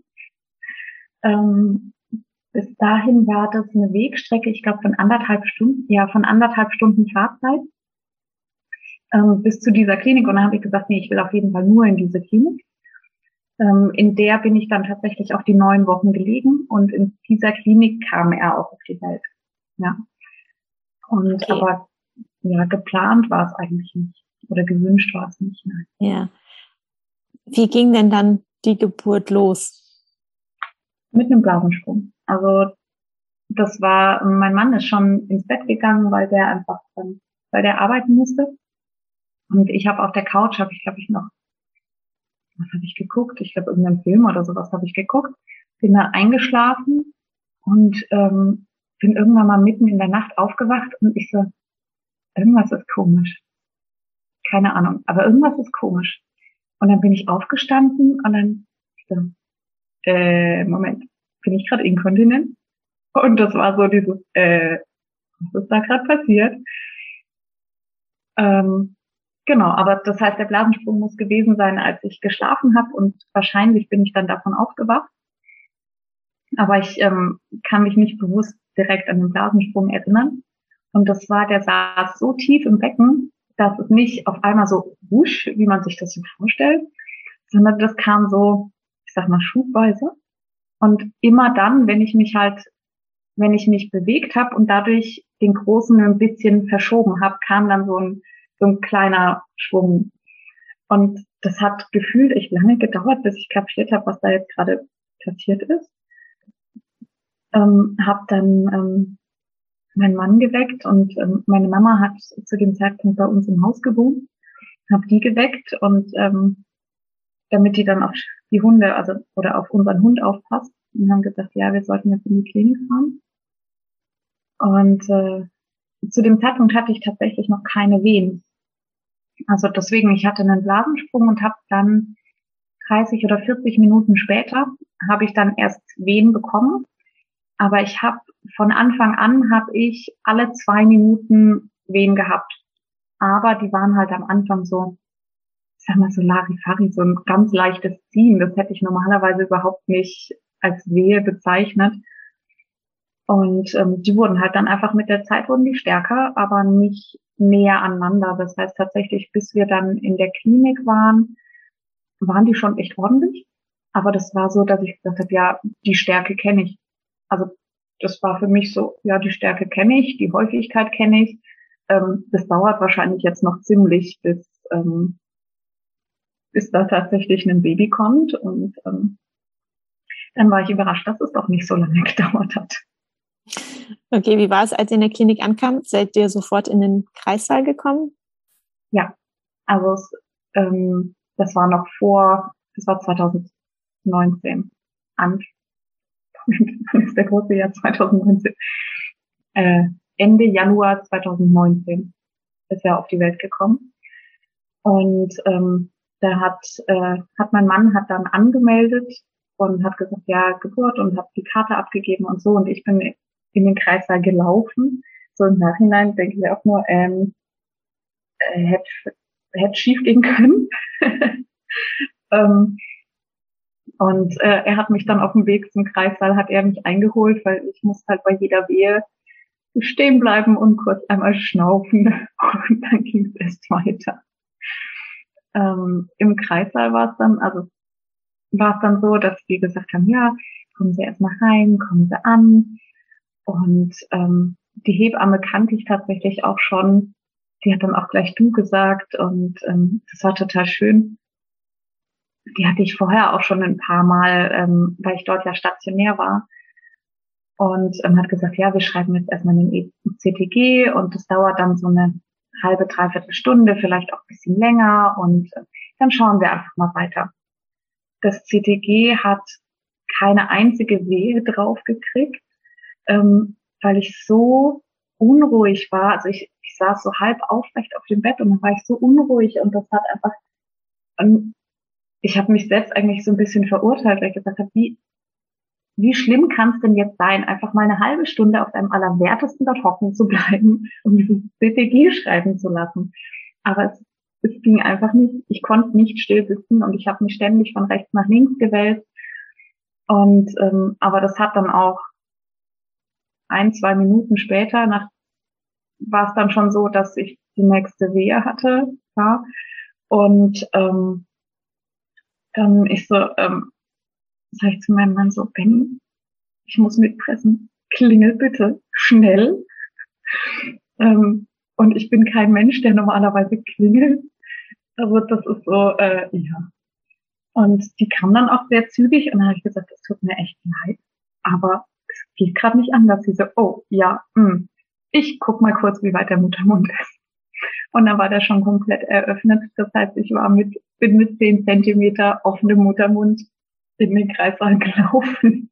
Bis dahin war das eine Wegstrecke, ich glaube von 1,5 Stunden Fahrzeit bis zu dieser Klinik. Und dann habe ich gesagt, nee, ich will auf jeden Fall nur in diese Klinik. In der bin ich dann tatsächlich auch die 9 Wochen gelegen und in dieser Klinik kam er auch auf die Welt. Ja. Und Okay. aber ja, geplant war es eigentlich nicht oder gewünscht war es nicht. Nein. Ja. Wie ging denn dann die Geburt los? Mit einem Blasensprung. Also das war, mein Mann ist schon ins Bett gegangen, weil der arbeiten musste. Und ich habe auf der Couch, was habe ich geguckt? Ich glaube, irgendeinen Film oder sowas habe ich geguckt. Bin dann eingeschlafen und bin irgendwann mal mitten in der Nacht aufgewacht und ich so, irgendwas ist komisch. Keine Ahnung, aber irgendwas ist komisch. Und dann bin ich aufgestanden und dann so, Moment, bin ich gerade inkontinent? Und das war so dieses, was ist da gerade passiert? Genau, aber das heißt, der Blasensprung muss gewesen sein, als ich geschlafen habe und wahrscheinlich bin ich dann davon aufgewacht. Aber ich kann mich nicht bewusst direkt an den Blasensprung erinnern. Und der saß so tief im Becken, dass es nicht auf einmal so wusch, wie man sich das so vorstellt, sondern das kam so, ich sag mal, schubweise. Und immer dann, wenn ich mich bewegt habe und dadurch den Großen ein bisschen verschoben habe, kam dann so ein kleiner Schwung. Und das hat gefühlt echt lange gedauert, bis ich kapiert habe, was da jetzt gerade passiert ist. Habe dann meinen Mann geweckt und meine Mama hat zu dem Zeitpunkt bei uns im Haus gewohnt, habe die geweckt und damit die dann auf die Hunde, also oder auf unseren Hund aufpasst, und haben gesagt, ja, wir sollten jetzt in die Klinik fahren. Und zu dem Zeitpunkt hatte ich tatsächlich noch keine Wehen. Also deswegen, ich hatte einen Blasensprung und habe dann 30 oder 40 Minuten später habe ich dann erst Wehen bekommen. Aber von Anfang an habe ich alle 2 Minuten Wehen gehabt. Aber die waren halt am Anfang so, ich sag mal so Larifari, so ein ganz leichtes Ziehen. Das hätte ich normalerweise überhaupt nicht als Wehe bezeichnet. Und die wurden halt dann einfach mit der Zeit wurden die stärker, aber nicht näher aneinander. Das heißt tatsächlich, bis wir dann in der Klinik waren die schon echt ordentlich. Aber das war so, dass ich gesagt habe, ja, die Stärke kenne ich. Also das war für mich so, ja, die Stärke kenne ich, die Häufigkeit kenne ich. Das dauert wahrscheinlich jetzt noch ziemlich, bis da tatsächlich ein Baby kommt. Und dann war ich überrascht, dass es doch nicht so lange gedauert hat. Okay, wie war es, als ihr in der Klinik ankamt? Seid ihr sofort in den Kreissaal gekommen? Ja, also das war 2019. Das ist der große Jahr 2019. Ende Januar 2019 ist er auf die Welt gekommen. Und da hat mein Mann dann angemeldet und hat gesagt, ja, Geburt, und hat die Karte abgegeben und so. Und ich bin in den Kreissaal gelaufen. So im Nachhinein denke ich auch nur, hätte schief gehen können. Und er hat mich dann auf dem Weg zum Kreissaal, hat er mich eingeholt, weil ich muss halt bei jeder Wehe stehen bleiben und kurz einmal schnaufen. Und dann ging es erst weiter. Im Kreissaal war es dann so, dass wir gesagt haben, ja, kommen Sie erstmal rein, kommen Sie an. Und die Hebamme kannte ich tatsächlich auch schon. Die hat dann auch gleich du gesagt und das war total schön. Die hatte ich vorher auch schon ein paar Mal, weil ich dort ja stationär war. und hat gesagt, ja, wir schreiben jetzt erstmal den CTG und das dauert dann so eine halbe, dreiviertel Stunde, vielleicht auch ein bisschen länger und dann schauen wir einfach mal weiter. Das CTG hat keine einzige Wehe drauf gekriegt, weil ich so unruhig war. Also ich saß so halb aufrecht auf dem Bett und dann war ich so unruhig und das hat einfach, ich habe mich selbst eigentlich so ein bisschen verurteilt, weil ich gesagt habe, wie schlimm kann es denn jetzt sein, einfach mal eine halbe Stunde auf deinem Allerwertesten dort hocken zu bleiben und dieses CTG schreiben zu lassen. Aber es ging einfach nicht. Ich konnte nicht still sitzen und ich habe mich ständig von rechts nach links gewälzt. Und aber das hat dann auch 1, 2 Minuten später, war es dann schon so, dass ich die nächste Wehe hatte. Ja. Und dann sag ich zu meinem Mann so, Benny, ich muss mitpressen. Klingel bitte, schnell. Und ich bin kein Mensch, der normalerweise klingelt. Also das ist so, ja. Und die kam dann auch sehr zügig und dann habe ich gesagt, es tut mir echt leid, aber es geht gerade nicht anders. Sie so, oh ja, ich guck mal kurz, wie weit der Muttermund ist. Und dann war der schon komplett eröffnet. Das heißt, ich bin mit 10 Zentimeter offenem Muttermund in den Kreissaal gelaufen.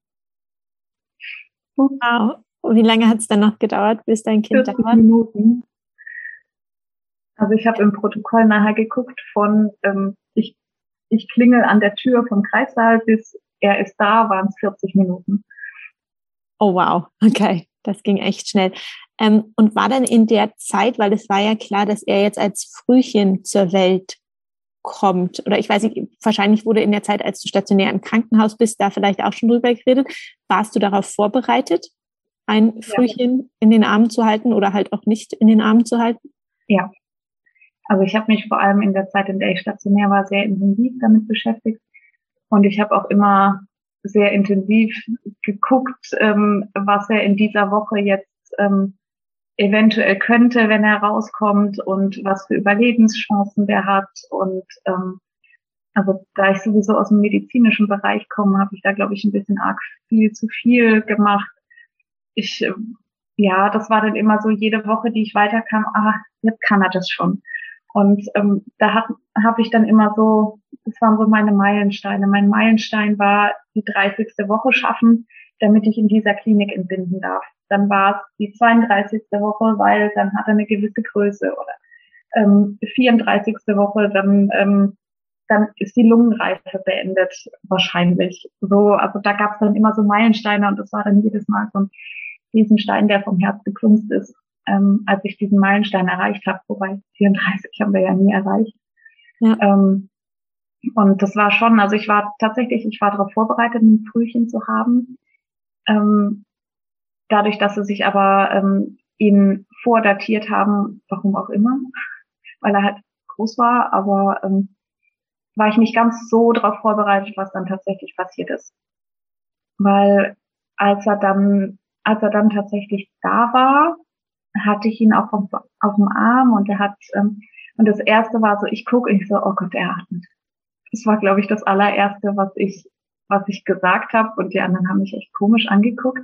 Wow. Und wie lange hat es dann noch gedauert, bis dein Kind da 40 war? Minuten. Also ich habe im Protokoll nachher geguckt von ich klingel an der Tür vom Kreissaal bis er ist da, waren es 40 Minuten. Oh wow, okay, das ging echt schnell. Und war dann in der Zeit, weil es war ja klar, dass er jetzt als Frühchen zur Welt kommt, oder ich weiß nicht, wahrscheinlich wurde in der Zeit, als du stationär im Krankenhaus bist, da vielleicht auch schon drüber geredet. Warst du darauf vorbereitet, ein Frühchen in den Armen zu halten oder halt auch nicht in den Armen zu halten? Ja, also ich habe mich vor allem in der Zeit, in der ich stationär war, sehr intensiv damit beschäftigt. Und ich habe auch immer sehr intensiv geguckt, was er in dieser Woche jetzt eventuell könnte, wenn er rauskommt und was für Überlebenschancen der hat. Und also da ich sowieso aus dem medizinischen Bereich komme, habe ich da, glaube ich, ein bisschen arg viel zu viel gemacht. Ja, das war dann immer so jede Woche, die ich weiterkam, jetzt kann er das schon. Und da habe ich dann immer so, das waren so meine Meilensteine. Mein Meilenstein war die 30. Woche schaffen, damit ich in dieser Klinik entbinden darf. Dann war es die 32. Woche, weil dann hat er eine gewisse Größe oder 34. Woche, dann ist die Lungenreife beendet wahrscheinlich. So, also da gab es dann immer so Meilensteine und das war dann jedes Mal so ein Riesenstein, der vom Herz geplumpst ist, als ich diesen Meilenstein erreicht habe, wobei 34 haben wir ja nie erreicht. Ja. Und das war schon, also ich war darauf vorbereitet, ein Frühchen zu haben. Dadurch, dass sie sich aber ihn vordatiert haben, warum auch immer, weil er halt groß war, aber war ich nicht ganz so darauf vorbereitet, was dann tatsächlich passiert ist. Weil als er dann tatsächlich da war, hatte ich ihn auch auf dem Arm und und das erste war so, ich so, oh Gott, er atmet. Das war, glaube ich, das allererste, was ich gesagt habe und die anderen haben mich echt komisch angeguckt.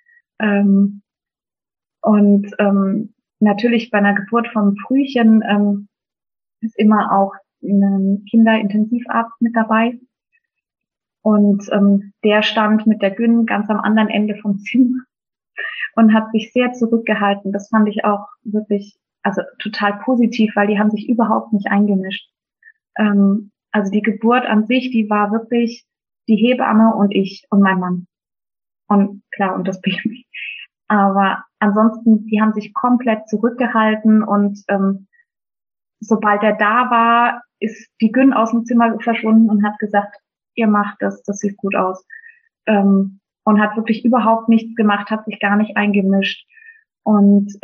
Natürlich bei einer Geburt vom Frühchen ist immer auch ein Kinderintensivarzt mit dabei. Und der stand mit der Gyn ganz am anderen Ende vom Zimmer und hat sich sehr zurückgehalten. Das fand ich auch wirklich, also total positiv, weil die haben sich überhaupt nicht eingemischt. Also die Geburt an sich, die war wirklich die Hebamme und ich und mein Mann. Und klar, und das Baby. Aber ansonsten, die haben sich komplett zurückgehalten und sobald er da war, ist die Gyn aus dem Zimmer verschwunden und hat gesagt, ihr macht das sieht gut aus. Und hat wirklich überhaupt nichts gemacht, hat sich gar nicht eingemischt. Und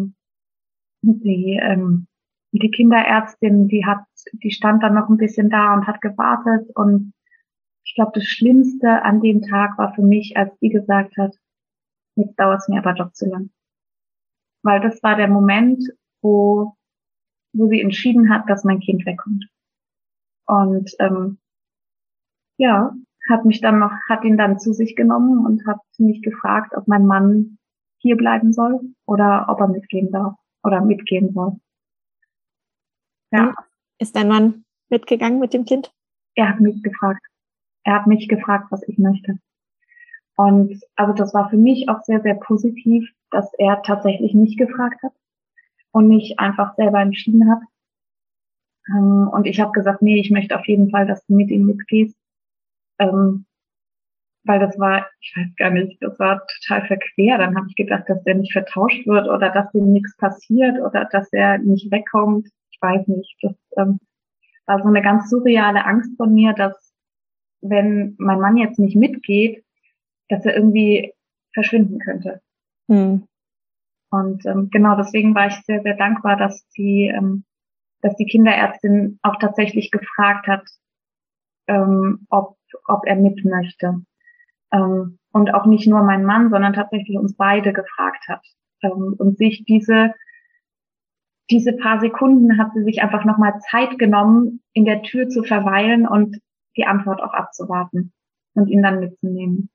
die Kinderärztin, die stand dann noch ein bisschen da und hat gewartet. Und ich glaube, das Schlimmste an dem Tag war für mich, als die gesagt hat, jetzt dauert es mir aber doch zu lang. Weil das war der Moment, wo sie entschieden hat, dass mein Kind wegkommt. Und ja, hat ihn dann zu sich genommen und hat mich gefragt, ob mein Mann hier bleiben soll oder ob er mitgehen darf oder mitgehen soll. Ja. Und ist dein Mann mitgegangen mit dem Kind? Er hat mich gefragt. Er hat mich gefragt, was ich möchte. Und also das war für mich auch sehr, sehr positiv, dass er tatsächlich mich gefragt hat und nicht einfach selber entschieden hat. Und ich habe gesagt, nee, ich möchte auf jeden Fall, dass du mit ihm mitgehst. Weil das war, ich weiß gar nicht, das war total verquer. Dann habe ich gedacht, dass der nicht vertauscht wird oder dass ihm nichts passiert oder dass er nicht wegkommt. Ich weiß nicht. Das war so eine ganz surreale Angst von mir, dass wenn mein Mann jetzt nicht mitgeht, dass er irgendwie verschwinden könnte. Und genau deswegen war ich sehr, sehr dankbar, dass die Kinderärztin auch tatsächlich gefragt hat, ob er mit möchte. Und auch nicht nur mein Mann, sondern tatsächlich uns beide gefragt hat. Und sich diese paar Sekunden hat sie sich einfach nochmal Zeit genommen, in der Tür zu verweilen und die Antwort auch abzuwarten und ihn dann mitzunehmen.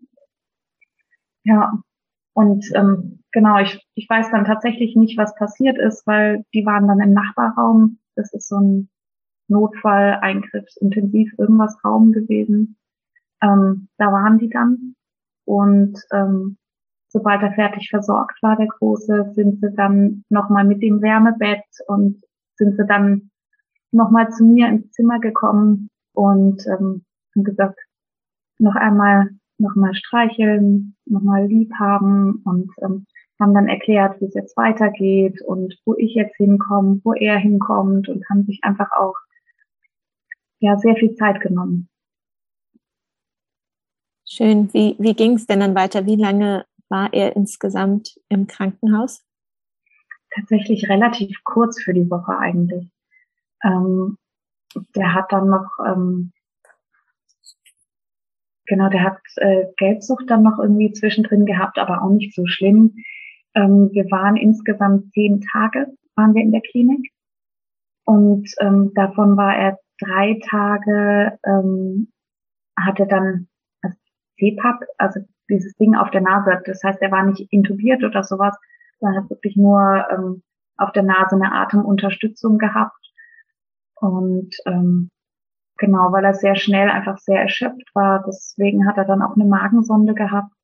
Ja, und genau, ich weiß dann tatsächlich nicht, was passiert ist, weil die waren dann im Nachbarraum. Das ist so ein Notfall, Eingriffs, Intensiv, irgendwas Raum gewesen. Da waren die dann. Und sobald er fertig versorgt war, der Große, sind sie dann nochmal mit dem Wärmebett und sind sie dann nochmal zu mir ins Zimmer gekommen und haben gesagt, nochmal streicheln, nochmal lieb haben und haben dann erklärt, wie es jetzt weitergeht und wo ich jetzt hinkomme, wo er hinkommt und haben sich einfach auch ja sehr viel Zeit genommen. Schön. Wie ging es denn dann weiter? Wie lange war er insgesamt im Krankenhaus? Tatsächlich relativ kurz für die Woche eigentlich. Der hat dann noch, der hat Gelbsucht dann noch irgendwie zwischendrin gehabt, aber auch nicht so schlimm. Wir waren insgesamt 10 Tage, waren wir in der Klinik. Und davon war er 3 Tage, hatte dann CPAP, also dieses Ding auf der Nase. Das heißt, er war nicht intubiert oder sowas, sondern hat wirklich nur auf der Nase eine Atemunterstützung gehabt. Und genau, weil er sehr schnell einfach sehr erschöpft war. Deswegen hat er dann auch eine Magensonde gehabt.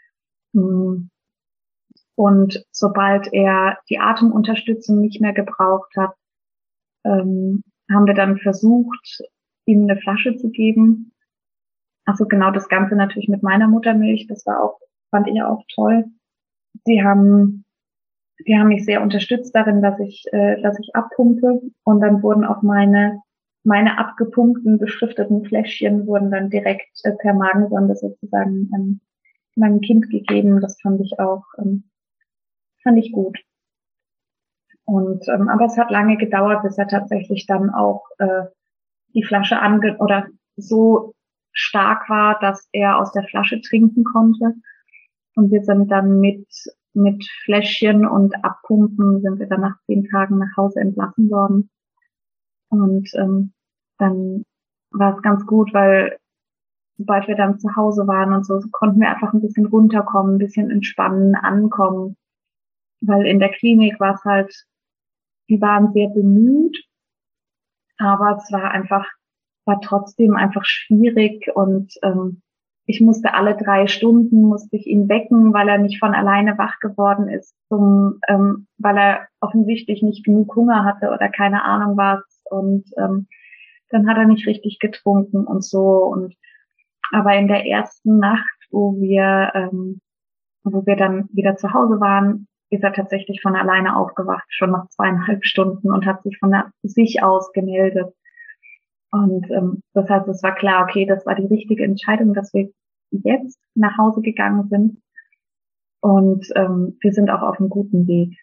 Und sobald er die Atemunterstützung nicht mehr gebraucht hat, haben wir dann versucht, ihm eine Flasche zu geben. Also genau das Ganze natürlich mit meiner Muttermilch. Das fand ich auch toll. Die haben mich sehr unterstützt darin, dass ich abpumpe. Und dann wurden auch meine abgepumpten, beschrifteten Fläschchen wurden dann direkt per Magensonde sozusagen meinem Kind gegeben. Das fand ich auch, fand ich gut. Und aber es hat lange gedauert, bis er tatsächlich dann auch die Flasche oder so stark war, dass er aus der Flasche trinken konnte. Und wir sind dann mit Fläschchen und Abpumpen sind wir dann nach 10 Tagen nach Hause entlassen worden. Und dann war es ganz gut, weil sobald wir dann zu Hause waren und so konnten wir einfach ein bisschen runterkommen, ein bisschen entspannen, ankommen. Weil in der Klinik war es halt, die waren sehr bemüht, aber es war trotzdem einfach schwierig und ich musste alle 3 Stunden musste ich ihn wecken, weil er nicht von alleine wach geworden ist, weil er offensichtlich nicht genug Hunger hatte oder keine Ahnung was und dann hat er nicht richtig getrunken und so und aber in der ersten Nacht, wo wir dann wieder zu Hause waren, ist er tatsächlich von alleine aufgewacht, schon nach 2,5 Stunden und hat sich von sich aus gemeldet. Und das heißt, es war klar, okay, das war die richtige Entscheidung, dass wir jetzt nach Hause gegangen sind. Und wir sind auch auf einem guten Weg.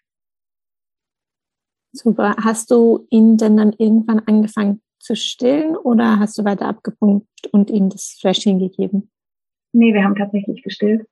Super. Hast du ihn denn dann irgendwann angefangen zu stillen oder hast du weiter abgepumpt und ihm das Fläschchen gegeben? Nee, wir haben tatsächlich gestillt.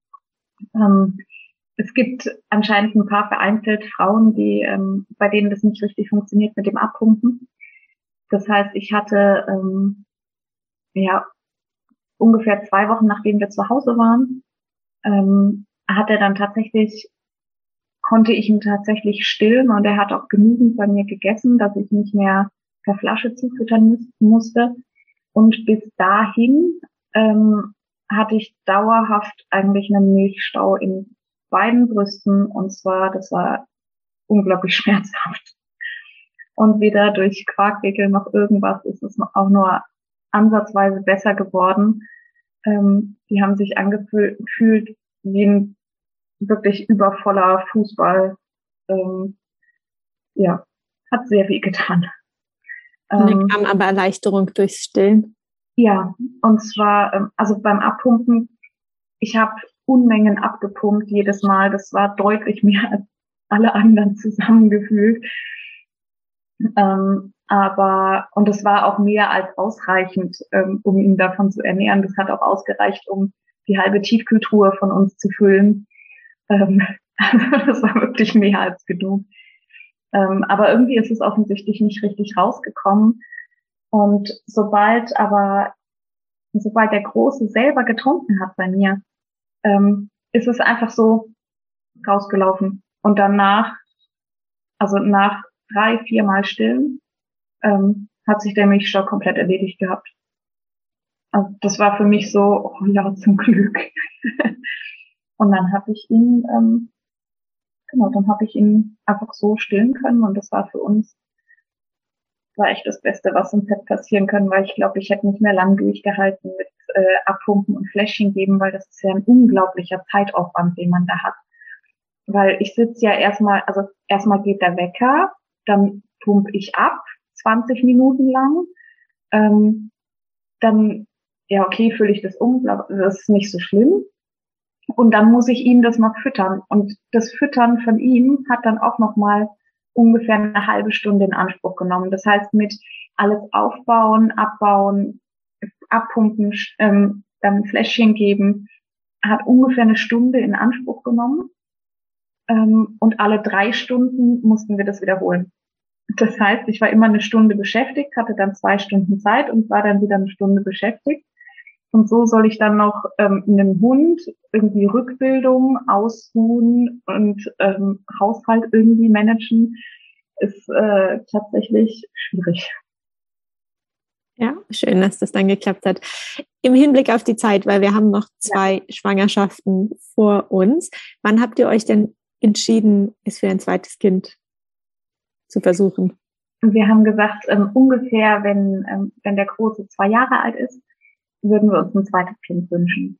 Es gibt anscheinend ein paar vereinzelt Frauen, die bei denen das nicht richtig funktioniert mit dem Abpumpen. Das heißt, ich hatte ungefähr 2 Wochen, nachdem wir zu Hause waren, hat er dann tatsächlich, konnte ich ihn tatsächlich stillen und er hat auch genügend bei mir gegessen, dass ich nicht mehr per Flasche zufüttern musste. Und bis dahin hatte ich dauerhaft eigentlich einen Milchstau in beiden Brüsten und zwar, das war unglaublich schmerzhaft. Und weder durch Quarkwickel noch irgendwas ist es auch nur ansatzweise besser geworden. Die haben sich angefühlt wie ein wirklich übervoller Fußball. Ja, hat sehr weh getan. Und dann kam aber Erleichterung durchs Stillen. Ja, und zwar, also beim Abpumpen, ich habe Unmengen abgepumpt jedes Mal. Das war deutlich mehr als alle anderen zusammengefühlt. Und es war auch mehr als ausreichend, um ihn davon zu ernähren. Das hat auch ausgereicht, um die halbe Tiefkühltruhe von uns zu füllen. Also das war wirklich mehr als genug. Aber irgendwie ist es offensichtlich nicht richtig rausgekommen. Und sobald der Große selber getrunken hat bei mir, ist es einfach so rausgelaufen. Und danach, also nach 3, 4 Mal stillen, hat sich der Milchstau komplett erledigt gehabt. Also das war für mich so, oh ja, zum Glück. Und dann habe ich ihn, dann habe ich ihn einfach so stillen können und das war für uns, war echt das Beste, was uns hätte passieren können, weil ich glaube, ich hätte nicht mehr lang durchgehalten mit Abpumpen und Fläschchen geben, weil das ist ja ein unglaublicher Zeitaufwand, den man da hat. Weil ich sitze ja erstmal geht der Wecker, dann pumpe ich ab, 20 Minuten lang, dann, ja okay, fülle ich das um, das ist nicht so schlimm. Und dann muss ich ihn das noch füttern. Und das Füttern von ihm hat dann auch noch mal ungefähr eine halbe Stunde in Anspruch genommen. Das heißt, mit alles aufbauen, abbauen, abpumpen, dann Fläschchen geben, hat ungefähr eine Stunde in Anspruch genommen. Und alle 3 Stunden mussten wir das wiederholen. Das heißt, ich war immer eine Stunde beschäftigt, hatte dann 2 Stunden Zeit und war dann wieder eine Stunde beschäftigt. Und so soll ich dann noch einem Hund irgendwie Rückbildung, Ausruhen und Haushalt irgendwie managen, ist tatsächlich schwierig. Ja, schön, dass das dann geklappt hat. Im Hinblick auf die Zeit, weil wir haben noch 2 Schwangerschaften vor uns. Wann habt ihr euch denn entschieden, es für ein zweites Kind zu versuchen? Und wir haben gesagt, ungefähr, wenn der Große 2 Jahre alt ist, würden wir uns ein zweites Kind wünschen.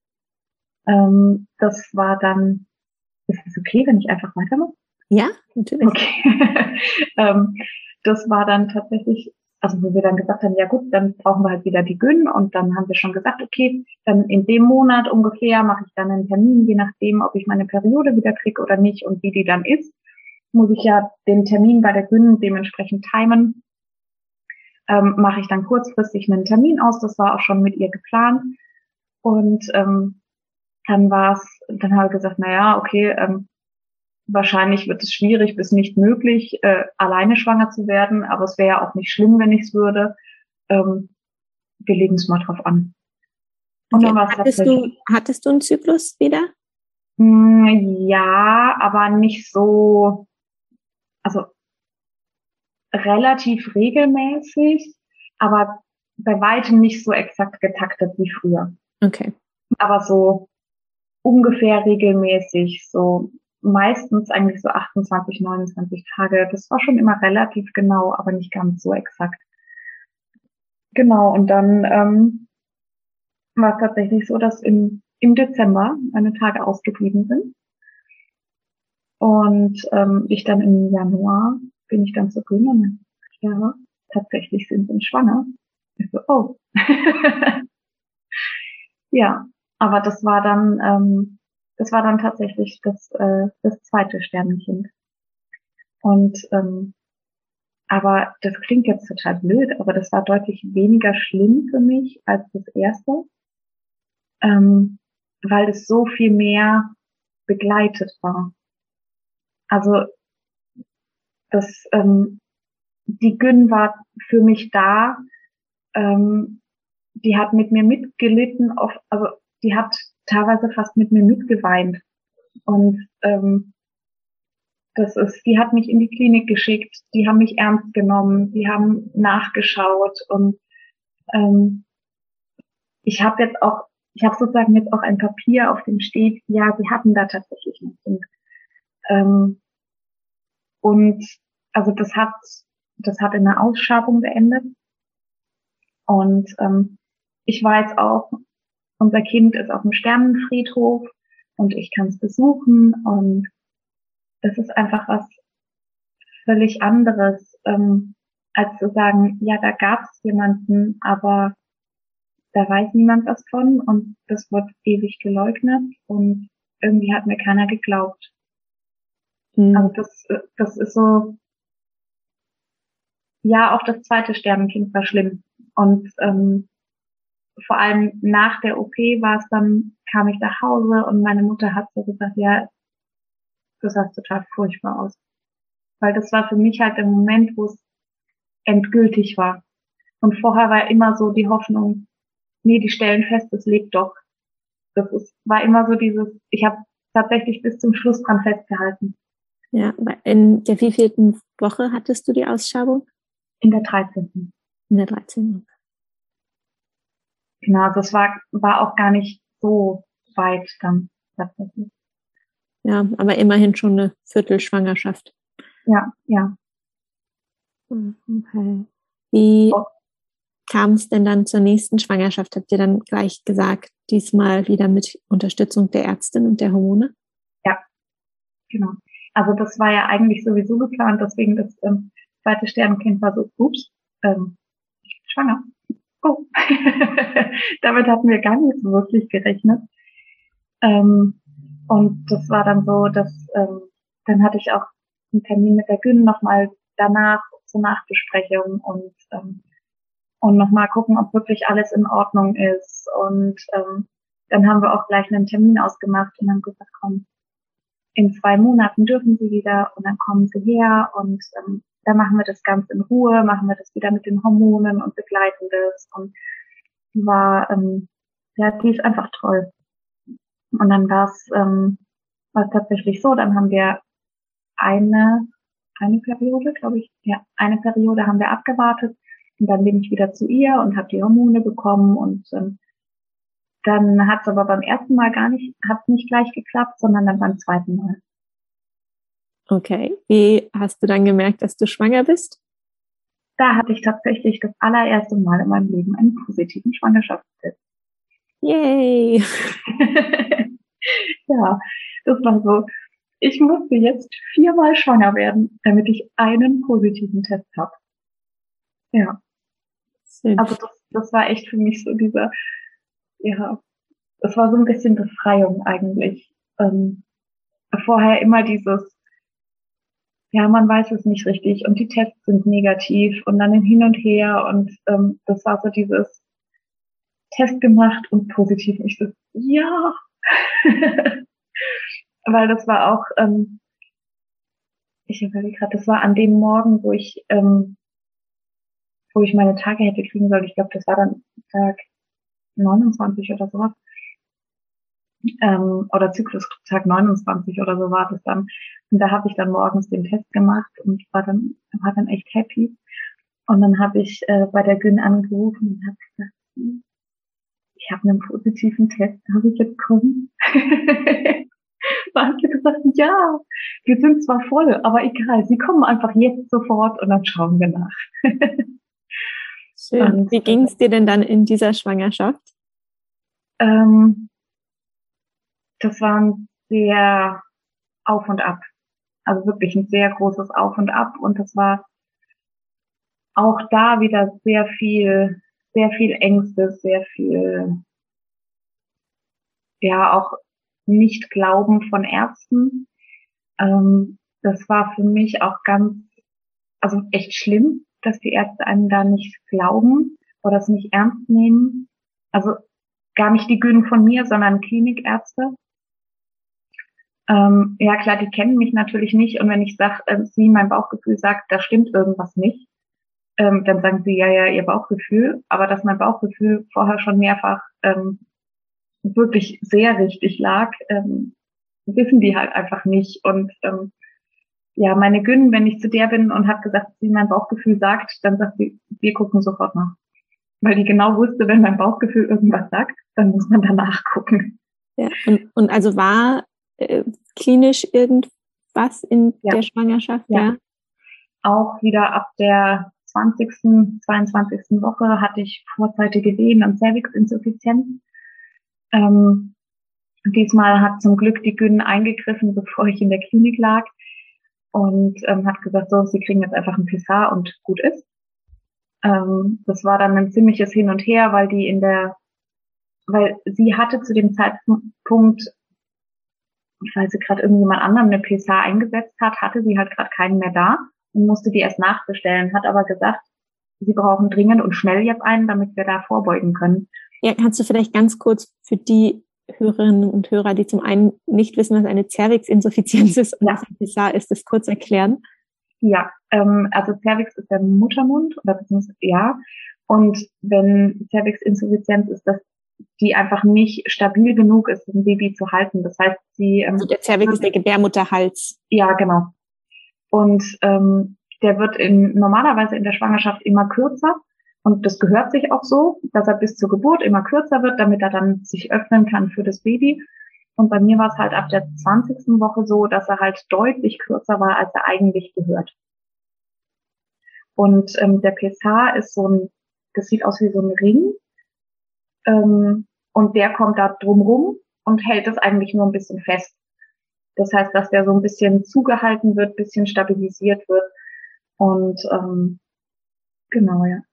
Das war dann, ist es okay, wenn ich einfach weitermache? Ja, natürlich. Okay. Das war dann tatsächlich, also wo wir dann gesagt haben, ja gut, dann brauchen wir halt wieder die Gyn und dann haben wir schon gesagt, okay, dann in dem Monat ungefähr mache ich dann einen Termin, je nachdem, ob ich meine Periode wieder kriege oder nicht und wie die dann ist, muss ich ja den Termin bei der Gyn dementsprechend timen. Mache ich dann kurzfristig einen Termin aus, das war auch schon mit ihr geplant und dann habe ich gesagt, naja, okay, wahrscheinlich wird es schwierig bis nicht möglich, alleine schwanger zu werden, aber es wäre ja auch nicht schlimm, wenn ich es würde. Wir legen es mal drauf an. Und Okay. dann war es hattest du einen Zyklus wieder? Ja, aber nicht so, also relativ regelmäßig, aber bei weitem nicht so exakt getaktet wie früher. Okay. Aber so ungefähr regelmäßig, so meistens eigentlich so 28, 29 Tage. Das war schon immer relativ genau, aber nicht ganz so exakt. Genau, und dann war es tatsächlich so, dass im Dezember meine Tage ausgeblieben sind. Und ich dann im Januar bin ich dann zur Gyn und ja, tatsächlich sind wir schwanger. Ich so, oh. Ja, aber das war dann tatsächlich das zweite Sternenkind. Und aber das klingt jetzt total blöd, aber das war deutlich weniger schlimm für mich als das erste, weil es so viel mehr begleitet war. Also die Gyn war für mich da, die hat mit mir mitgelitten, also die hat teilweise fast mit mir mitgeweint. Und die hat mich in die Klinik geschickt, die haben mich ernst genommen, die haben nachgeschaut und ich habe sozusagen jetzt auch ein Papier, auf dem steht, ja, sie hatten da tatsächlich ein Kind. Und also das hat in einer Ausschabung beendet. Und ich weiß auch, unser Kind ist auf dem Sternenfriedhof und ich kann es besuchen und das ist einfach was völlig anderes, als zu sagen, ja, da gab es jemanden, aber da weiß niemand was von und das wird ewig geleugnet und irgendwie hat mir keiner geglaubt. Also das ist so, ja, auch das zweite Sternenkind war schlimm und vor allem nach der OP kam ich nach Hause und meine Mutter hat so gesagt, ja, du sahst total furchtbar aus. Weil das war für mich halt der Moment, wo es endgültig war. Und vorher war immer so die Hoffnung, nee, die stellen fest, es lebt doch. War immer so ich habe tatsächlich bis zum Schluss dran festgehalten. Ja, in der wievielten Woche hattest du die Ausschabung? In der 13. In der 13. Genau, das war auch gar nicht so weit dann tatsächlich. Ja, aber immerhin schon eine Viertelschwangerschaft. Ja, ja. Okay. Wie kam es denn dann zur nächsten Schwangerschaft? Habt ihr dann gleich gesagt, diesmal wieder mit Unterstützung der Ärztin und der Hormone? Ja, genau. Also das war ja eigentlich sowieso geplant, deswegen das zweite Sternenkind war so, ups, ich bin schwanger. Oh. Damit hatten wir gar nicht so wirklich gerechnet. Und das war dann so, dass dann hatte ich auch einen Termin mit der Gyn nochmal danach zur Nachbesprechung und nochmal gucken, ob wirklich alles in Ordnung ist. Und dann haben wir auch gleich einen Termin ausgemacht und haben gesagt, komm, in 2 Monaten dürfen Sie wieder und dann kommen Sie her und dann machen wir das Ganze in Ruhe, machen wir das wieder mit den Hormonen und begleiten das. Und die ist einfach toll. Und dann war es tatsächlich so, dann haben wir eine Periode, glaube ich, ja, eine Periode haben wir abgewartet und dann bin ich wieder zu ihr und habe die Hormone bekommen und dann hat es aber beim ersten Mal hat nicht gleich geklappt, sondern dann beim zweiten Mal. Okay, wie hast du dann gemerkt, dass du schwanger bist? Da hatte ich tatsächlich das allererste Mal in meinem Leben einen positiven Schwangerschaftstest. Yay! Ja, das war so. Ich musste jetzt 4-mal schwanger werden, damit ich einen positiven Test habe. Ja. Schön. Also das war echt für mich so das war so ein bisschen Befreiung eigentlich. Vorher immer ja, man weiß es nicht richtig und die Tests sind negativ und dann hin und her und das war so dieses Test gemacht und positiv. Ich so, ja. Weil das war auch, ich überlege gerade, das war an dem Morgen, wo ich meine Tage hätte kriegen sollen. Ich glaube, das war dann Tag 29 oder sowas. Oder Zyklustag 29 oder so war das dann. Und da habe ich dann morgens den Test gemacht und war dann echt happy. Und dann habe ich bei der Gyn angerufen und habe gesagt, ich habe einen positiven Test, habe ich jetzt bekommen? Da hat sie gesagt, ja, wir sind zwar voll, aber egal, Sie kommen einfach jetzt sofort und dann schauen wir nach. Schön. Und wie ging es dir denn dann in dieser Schwangerschaft? Das war ein sehr Auf und Ab. Also wirklich ein sehr großes Auf und Ab. Und das war auch da wieder sehr viel Ängste, sehr viel, ja, auch Nicht-Glauben von Ärzten. Das war für mich auch also echt schlimm, dass die Ärzte einem da nicht glauben oder es nicht ernst nehmen. Also gar nicht die Gyn von mir, sondern Klinikärzte. Ja klar, die kennen mich natürlich nicht und wenn ich sage, mein Bauchgefühl sagt, da stimmt irgendwas nicht, dann sagen sie, ja, ihr Bauchgefühl, aber dass mein Bauchgefühl vorher schon mehrfach wirklich sehr richtig lag, wissen die halt einfach nicht. Und ja, meine Gyn, wenn ich zu der bin und habe gesagt, wie mein Bauchgefühl sagt, dann sagt sie, wir gucken sofort nach. Weil die genau wusste, wenn mein Bauchgefühl irgendwas sagt, dann muss man danach gucken. Ja, und also war klinisch irgendwas in der Schwangerschaft? Ja. Auch wieder ab der 20., 22. Woche hatte ich vorzeitige Wehen und Cervixinsuffizienz. Diesmal hat zum Glück die Gyn eingegriffen, bevor ich in der Klinik lag und hat gesagt, so, Sie kriegen jetzt einfach ein Pessar und gut ist. Das war dann ein ziemliches Hin und Her, weil sie hatte zu dem Zeitpunkt, weil sie gerade irgendjemand anderem eine Pessar eingesetzt hat, hatte sie halt gerade keinen mehr da und musste die erst nachbestellen, hat aber gesagt, sie brauchen dringend und schnell jetzt einen, damit wir da vorbeugen können. Ja, kannst du vielleicht ganz kurz für die Hörerinnen und Hörer, die zum einen nicht wissen, was eine Cervixinsuffizienz ist und was ein Pessar ist, das kurz erklären? Ja, also Cervix ist der Muttermund oder beziehungsweise ja. Und wenn Cervixinsuffizienz ist, dass die einfach nicht stabil genug ist, um ein Baby zu halten. Das heißt, also der Cervix ist der Gebärmutterhals. Ja, genau. Und der wird normalerweise in der Schwangerschaft immer kürzer. Und das gehört sich auch so, dass er bis zur Geburt immer kürzer wird, damit er dann sich öffnen kann für das Baby. Und bei mir war es halt ab der 20. Woche so, dass er halt deutlich kürzer war, als er eigentlich gehört. Und der Pessar ist das sieht aus wie so ein Ring. Und der kommt da drumrum und hält es eigentlich nur ein bisschen fest. Das heißt, dass der so ein bisschen zugehalten wird, bisschen stabilisiert wird. Und genau, ja.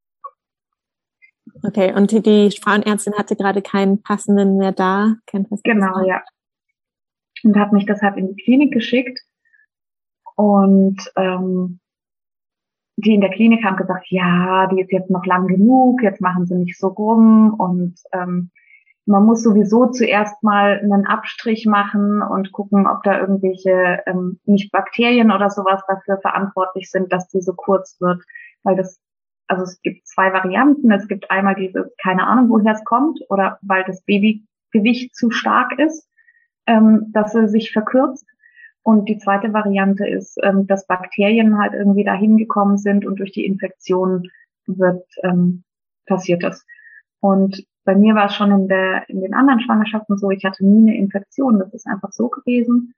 Okay, und die Frauenärztin hatte gerade keinen passenden mehr da. Genau, ja. Und hat mich deshalb in die Klinik geschickt. Und die in der Klinik haben gesagt, ja, die ist jetzt noch lang genug, jetzt machen sie nicht so rum. Und man muss sowieso zuerst mal einen Abstrich machen und gucken, ob da irgendwelche nicht Bakterien oder sowas dafür verantwortlich sind, dass die so kurz wird. Weil also es gibt zwei Varianten. Es gibt einmal keine Ahnung, woher es kommt, oder weil das Babygewicht zu stark ist, dass sie sich verkürzt. Und die zweite Variante ist, dass Bakterien halt irgendwie dahin gekommen sind und durch die Infektion passiert das. Und bei mir war es schon in den anderen Schwangerschaften so, ich hatte nie eine Infektion, das ist einfach so gewesen.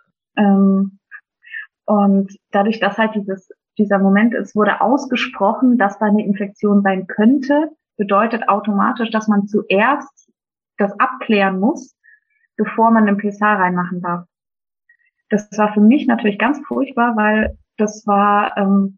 Und dadurch, dass halt dieser Moment ist, wurde ausgesprochen, dass da eine Infektion sein könnte, bedeutet automatisch, dass man zuerst das abklären muss, bevor man den Pessar reinmachen darf. Das war für mich natürlich ganz furchtbar, weil das war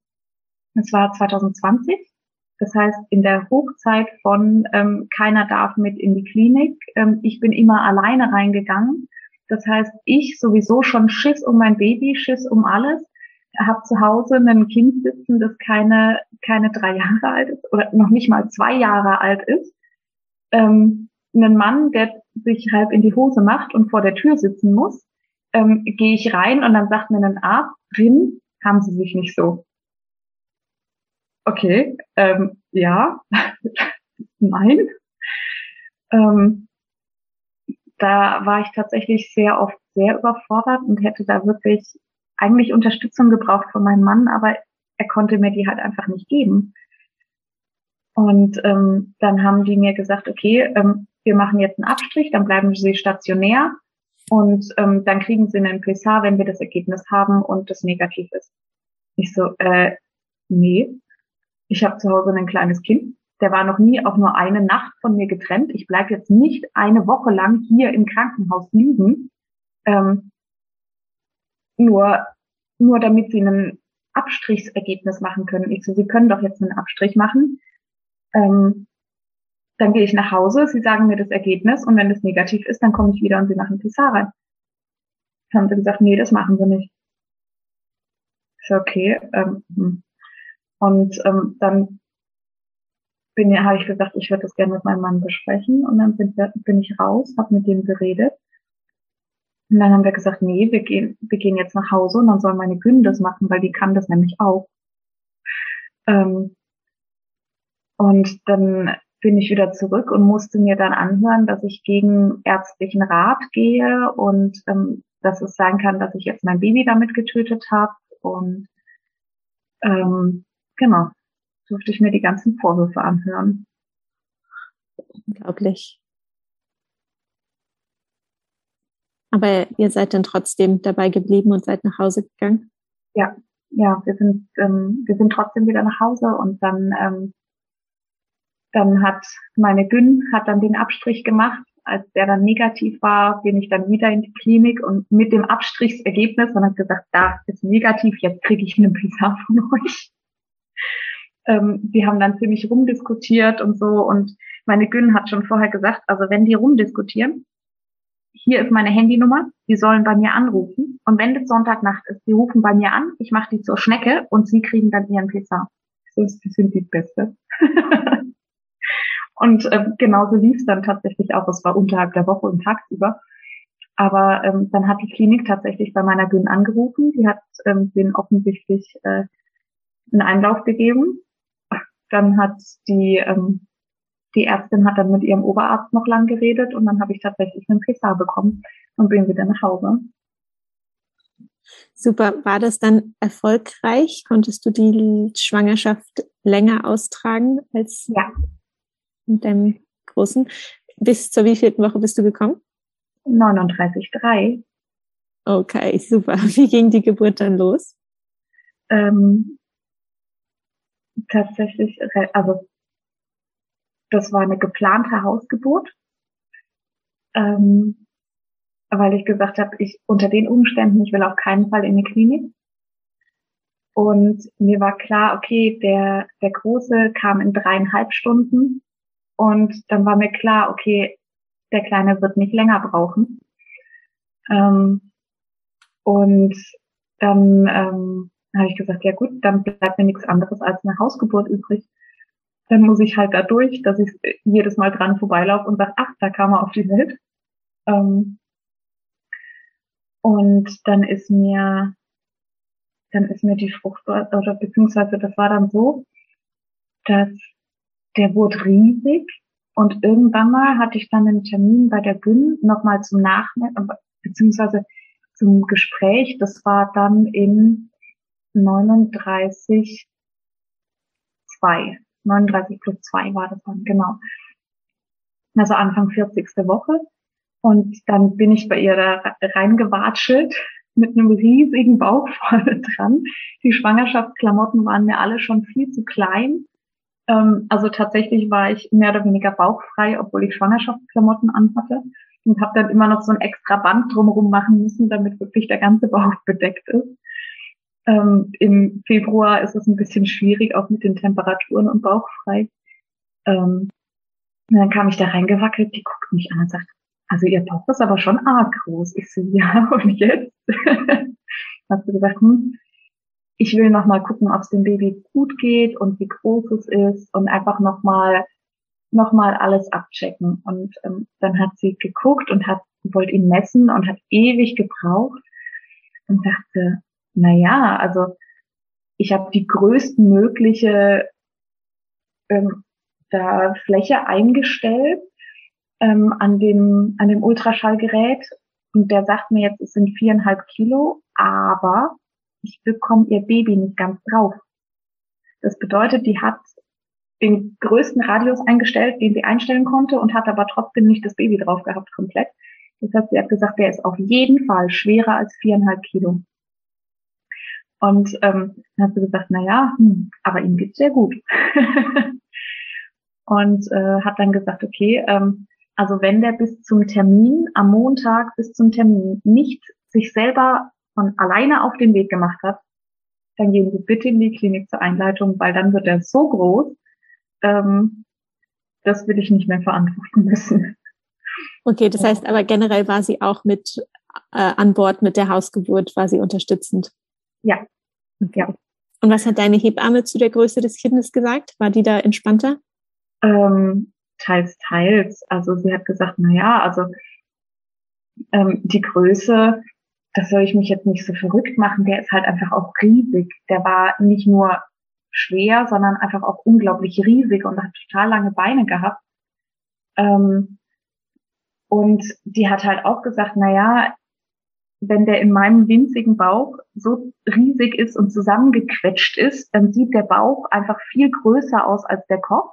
2020. Das heißt, in der Hochzeit von keiner darf mit in die Klinik. Ich bin immer alleine reingegangen. Das heißt, ich sowieso schon Schiss um mein Baby, Schiss um alles. Habe zu Hause ein Kind sitzen, das keine 3 Jahre alt ist oder noch nicht mal 2 Jahre alt ist. Einen Mann, der sich halb in die Hose macht und vor der Tür sitzen muss. Gehe ich rein und dann sagt mir ein Arzt, drin haben Sie sich nicht so. Okay, ja, nein. Da war ich tatsächlich sehr oft sehr überfordert und hätte da wirklich eigentlich Unterstützung gebraucht von meinem Mann, aber er konnte mir die halt einfach nicht geben. Und dann haben die mir gesagt, okay, wir machen jetzt einen Abstrich, dann bleiben Sie stationär und dann kriegen Sie einen Pessar, wenn wir das Ergebnis haben und das negativ ist. Ich so, nee. Ich habe zu Hause ein kleines Kind. Der war noch nie auch nur eine Nacht von mir getrennt. Ich bleibe jetzt nicht eine Woche lang hier im Krankenhaus liegen, nur damit sie ein Abstrichsergebnis machen können. Ich so, Sie können doch jetzt einen Abstrich machen. Dann gehe ich nach Hause, Sie sagen mir das Ergebnis und wenn das negativ ist, dann komme ich wieder und Sie machen Pessar rein. Dann haben sie gesagt, nee, das machen wir nicht. Ich so, okay. Und dann habe ich gesagt, ich würde das gerne mit meinem Mann besprechen. Und dann bin ich raus, habe mit dem geredet. Und dann haben wir gesagt, nee, wir gehen jetzt nach Hause und dann soll meine Gyn das machen, weil die kann das nämlich auch. Ähm, und dann bin ich wieder zurück und musste mir dann anhören, dass ich gegen ärztlichen Rat gehe und dass es sein kann, dass ich jetzt mein Baby damit getötet habe. Und genau, durfte ich mir die ganzen Vorwürfe anhören. Unglaublich. Aber ihr seid dann trotzdem dabei geblieben und seid nach Hause gegangen? Ja, ja, wir sind trotzdem wieder nach Hause und dann hat meine Gyn hat dann den Abstrich gemacht. Als der dann negativ war, bin ich dann wieder in die Klinik und mit dem Abstrichsergebnis und hat gesagt, da ist negativ, jetzt kriege ich eine PISA von euch. Die haben dann ziemlich rumdiskutiert und so und meine Gyn hat schon vorher gesagt, also wenn die rumdiskutieren, hier ist meine Handynummer, die sollen bei mir anrufen und wenn es Sonntagnacht ist, die rufen bei mir an, ich mache die zur Schnecke und sie kriegen dann ihren PISA. Das sind die Beste. Und genauso lief es dann tatsächlich auch. Es war unterhalb der Woche und tagsüber. Aber dann hat die Klinik tatsächlich bei meiner Gyn angerufen. Die hat denen offensichtlich einen Einlauf gegeben. Dann hat die Ärztin hat dann mit ihrem Oberarzt noch lang geredet und dann habe ich tatsächlich einen PSA bekommen und bin wieder nach Hause. Super. War das dann erfolgreich? Konntest du die Schwangerschaft länger austragen als mit deinem Großen? Bis zur wievielten Woche bist du gekommen? 39,3. Okay, super. Wie ging die Geburt dann los? Tatsächlich, also das war eine geplante Hausgeburt, weil ich gesagt habe, ich unter den Umständen, ich will auf keinen Fall in die Klinik. Und mir war klar, okay, der Große kam in 3,5 Stunden und dann war mir klar, okay, der Kleine wird nicht länger brauchen. Und dann habe ich gesagt, ja gut, dann bleibt mir nichts anderes als eine Hausgeburt übrig. Dann muss ich halt da durch, dass ich jedes Mal dran vorbeilaufe und sage, ach, da kam er auf die Welt. Und dann ist mir die Frucht, oder beziehungsweise das war dann so, dass der wurde riesig und irgendwann mal hatte ich dann einen Termin bei der Gyn nochmal zum beziehungsweise zum Gespräch. Das war dann in 39 plus 2 war das dann, genau. Also Anfang 40. Woche. Und dann bin ich bei ihr da reingewatschelt mit einem riesigen Bauch vorne dran. Die Schwangerschaftsklamotten waren mir alle schon viel zu klein. Also tatsächlich war ich mehr oder weniger bauchfrei, obwohl ich Schwangerschaftsklamotten anhatte. Und habe dann immer noch so ein extra Band drumherum machen müssen, damit wirklich der ganze Bauch bedeckt ist. Im Februar ist es ein bisschen schwierig, auch mit den Temperaturen und bauchfrei. Und dann kam ich da reingewackelt, die guckt mich an und sagt, also ihr Bauch ist aber schon arg groß. Ich so, ja, und jetzt? Hast du gesagt, ich will noch mal gucken, ob es dem Baby gut geht und wie groß es ist und einfach noch mal alles abchecken. Und dann hat sie geguckt und wollte ihn messen und hat ewig gebraucht und sagte, na ja, also ich habe die größtmögliche da Fläche eingestellt an dem Ultraschallgerät und der sagt mir jetzt, es sind 4,5 Kilo, aber ich bekomme ihr Baby nicht ganz drauf. Das bedeutet, die hat den größten Radius eingestellt, den sie einstellen konnte und hat aber trotzdem nicht das Baby drauf gehabt komplett. Das heißt, sie hat gesagt, der ist auf jeden Fall schwerer als 4,5 Kilo. Und dann hat sie gesagt, na ja, aber ihm geht's sehr gut. Und hat dann gesagt, okay, also wenn der bis zum Termin, am Montag bis zum Termin nicht sich selber von alleine auf den Weg gemacht hat, dann gehen Sie bitte in die Klinik zur Einleitung, weil dann wird er so groß, das will ich nicht mehr verantworten müssen. Okay, das heißt aber generell war sie auch mit an Bord mit der Hausgeburt, war sie unterstützend? Ja. Okay. Ja. Und was hat deine Hebamme zu der Größe des Kindes gesagt? War die da entspannter? Teils. Also sie hat gesagt, na ja, also die Größe, das soll ich mich jetzt nicht so verrückt machen, der ist halt einfach auch riesig. Der war nicht nur schwer, sondern einfach auch unglaublich riesig und hat total lange Beine gehabt. Und die hat halt auch gesagt, wenn der in meinem winzigen Bauch so riesig ist und zusammengequetscht ist, dann sieht der Bauch einfach viel größer aus als der Kopf.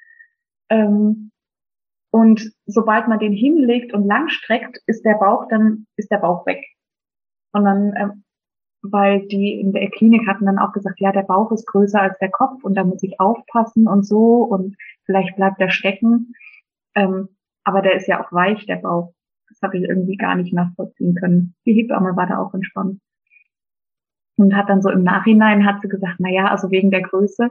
Und sobald man den hinlegt und langstreckt, ist der Bauch weg. Und dann, weil die in der Klinik hatten dann auch gesagt, ja, der Bauch ist größer als der Kopf und da muss ich aufpassen und so und vielleicht bleibt er stecken. Aber der ist ja auch weich, der Bauch. Das habe ich irgendwie gar nicht nachvollziehen können. Die Hebamme war da auch entspannt. Und hat dann so im Nachhinein hat sie gesagt, also wegen der Größe,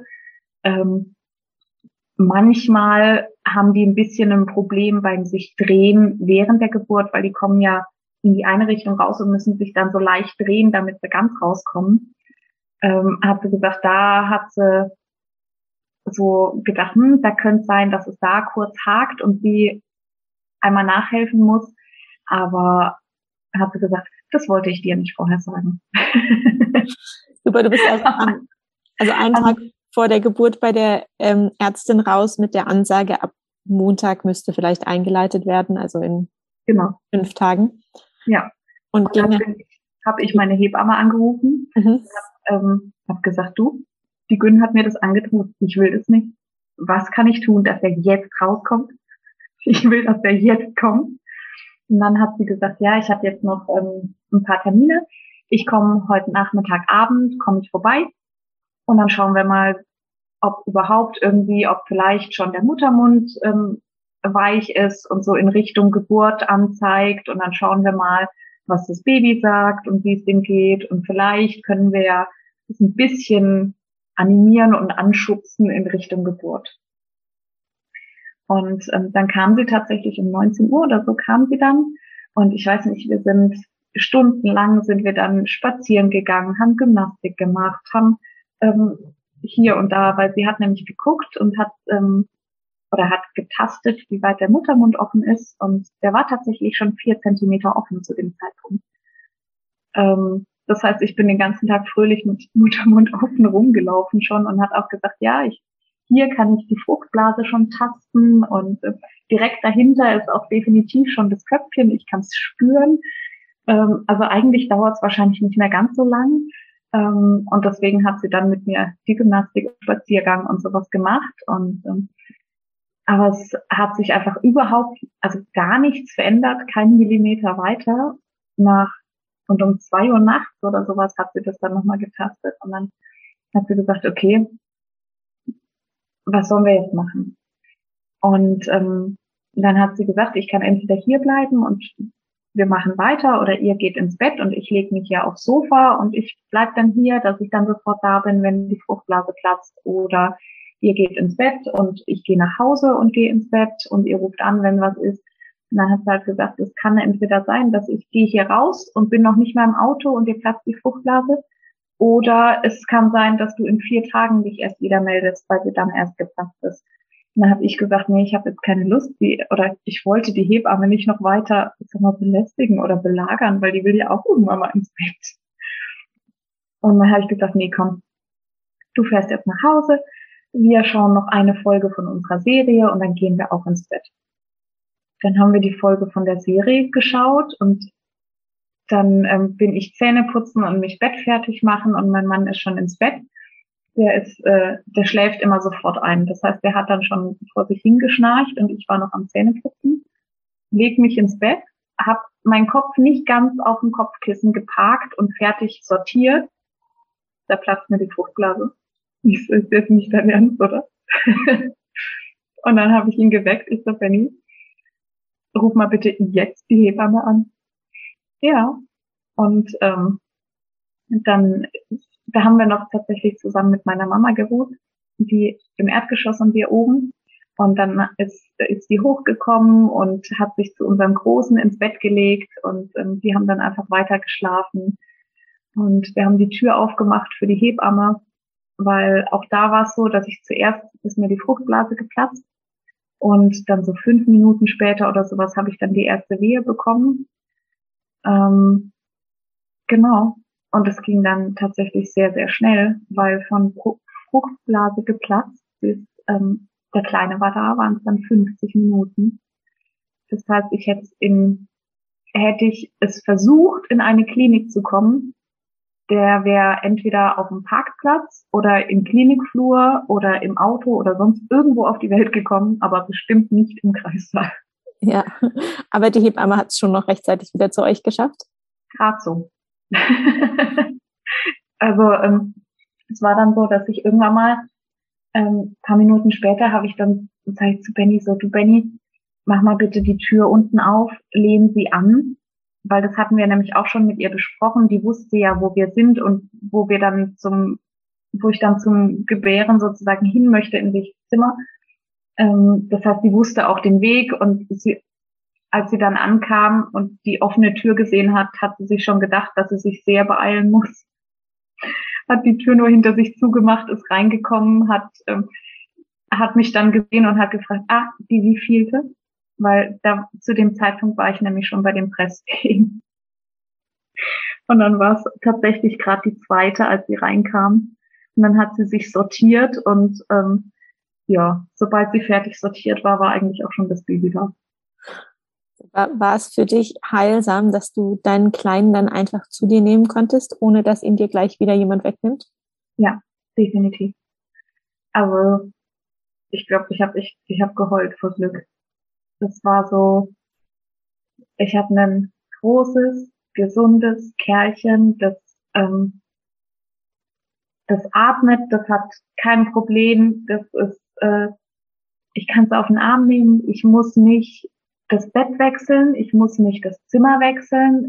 manchmal haben die ein bisschen ein Problem beim sich drehen während der Geburt, weil die kommen ja in die eine Richtung raus und müssen sich dann so leicht drehen, damit sie ganz rauskommen. Hat sie gesagt, da hat sie so gedacht, da könnte es sein, dass es da kurz hakt und sie einmal nachhelfen muss. Aber hat sie gesagt, das wollte ich dir nicht vorher sagen. Super, du bist also einen Tag vor der Geburt bei der Ärztin raus mit der Ansage, ab Montag müsste vielleicht eingeleitet werden, also in 5 Tagen. Ja. Und dann habe ich meine Hebamme angerufen, habe gesagt, du, die Gün hat mir das angedroht, ich will das nicht. Was kann ich tun, dass er jetzt rauskommt? Ich will, dass er jetzt kommt. Und dann hat sie gesagt, ja, ich habe jetzt noch ein paar Termine. Ich komme heute Nachmittagabend, komme ich vorbei. Und dann schauen wir mal, ob vielleicht schon der Muttermund weich ist und so in Richtung Geburt anzeigt. Und dann schauen wir mal, was das Baby sagt und wie es dem geht. Und vielleicht können wir ja es ein bisschen animieren und anschubsen in Richtung Geburt. Und dann kam sie tatsächlich um 19 Uhr oder so kam sie dann. Und ich weiß nicht, stundenlang sind wir dann spazieren gegangen, haben Gymnastik gemacht, haben hier und da, weil sie hat nämlich geguckt und hat getastet, wie weit der Muttermund offen ist. Und der war tatsächlich schon 4 Zentimeter offen zu dem Zeitpunkt. Das heißt, ich bin den ganzen Tag fröhlich mit Muttermund offen rumgelaufen schon und hat auch gesagt, ja, hier kann ich die Fruchtblase schon tasten und direkt dahinter ist auch definitiv schon das Köpfchen, ich kann es spüren. Also eigentlich dauert es wahrscheinlich nicht mehr ganz so lang. Und deswegen hat sie dann mit mir die Gymnastik, Spaziergang und sowas gemacht. Aber es hat sich einfach gar nichts verändert, kein Millimeter weiter. Und um 2 Uhr nachts oder sowas hat sie das dann nochmal getastet. Und dann hat sie gesagt, okay, was sollen wir jetzt machen? Und dann hat sie gesagt, ich kann entweder hier bleiben und wir machen weiter oder ihr geht ins Bett und ich lege mich hier aufs Sofa und ich bleib dann hier, dass ich dann sofort da bin, wenn die Fruchtblase platzt, oder ihr geht ins Bett und ich gehe nach Hause und gehe ins Bett und ihr ruft an, wenn was ist. Und dann hat sie halt gesagt, es kann entweder sein, dass ich gehe hier raus und bin noch nicht mal im Auto und dir platzt die Fruchtblase, oder es kann sein, dass du in 4 Tagen dich erst wieder meldest, weil sie dann erst geplatzt ist. Und dann habe ich gesagt, nee, ich habe jetzt keine Lust, ich wollte die Hebamme nicht noch weiter belästigen oder belagern, weil die will ja auch irgendwann mal ins Bett. Und dann habe ich gesagt, nee, komm, du fährst jetzt nach Hause, wir schauen noch eine Folge von unserer Serie und dann gehen wir auch ins Bett. Dann haben wir die Folge von der Serie geschaut und dann bin ich Zähne putzen und mich bettfertig machen und mein Mann ist schon ins Bett. Der schläft immer sofort ein. Das heißt, der hat dann schon vor sich hingeschnarcht und ich war noch am Zähneputzen, leg mich ins Bett, habe meinen Kopf nicht ganz auf dem Kopfkissen geparkt und fertig sortiert. Da platzt mir die Fruchtblase. Das ist jetzt nicht dein Ernst, oder? Und dann habe ich ihn geweckt. Ich so, Benni, ruf mal bitte jetzt die Hebamme an. Ja. Und dann da haben wir noch tatsächlich zusammen mit meiner Mama gewohnt, die im Erdgeschoss und wir oben. Und dann ist die hochgekommen und hat sich zu unserem Großen ins Bett gelegt und die haben dann einfach weiter geschlafen. Und wir haben die Tür aufgemacht für die Hebamme, weil auch da war es so, dass zuerst ist mir die Fruchtblase geplatzt und dann so 5 Minuten später oder sowas habe ich dann die erste Wehe bekommen. Genau. Und es ging dann tatsächlich sehr, sehr schnell, weil von Fruchtblase geplatzt. Bis der Kleine war da, waren es dann 50 Minuten. Das heißt, hätte ich es versucht, in eine Klinik zu kommen, der wäre entweder auf dem Parkplatz oder im Klinikflur oder im Auto oder sonst irgendwo auf die Welt gekommen, aber bestimmt nicht im Kreissaal. Ja, aber die Hebamme hat es schon noch rechtzeitig wieder zu euch geschafft? Gerade so. Also es war dann so, dass ich irgendwann mal paar Minuten später sag ich zu Benny so, du Benny, mach mal bitte die Tür unten auf, lehn sie an, weil das hatten wir nämlich auch schon mit ihr besprochen. Die wusste ja, wo wir sind und wo ich dann zum Gebären sozusagen hin möchte in welches Zimmer. Das heißt, sie wusste auch den Weg und als sie dann ankam und die offene Tür gesehen hat, hat sie sich schon gedacht, dass sie sich sehr beeilen muss. Hat die Tür nur hinter sich zugemacht, ist reingekommen, hat mich dann gesehen und hat gefragt, die wievielte? Weil zu dem Zeitpunkt war ich nämlich schon bei dem Presswehen. Und dann war es tatsächlich gerade die zweite, als sie reinkam. Und dann hat sie sich sortiert und sobald sie fertig sortiert war, war eigentlich auch schon das Baby da. War es für dich heilsam, dass du deinen Kleinen dann einfach zu dir nehmen konntest, ohne dass ihn dir gleich wieder jemand wegnimmt? Ja, definitiv. Also ich glaube, ich hab geheult vor Glück. Das war so, ich habe ein großes, gesundes Kerlchen, das atmet, das hat kein Problem, ich kann es auf den Arm nehmen, ich muss nicht das Bett wechseln, ich muss nicht das Zimmer wechseln,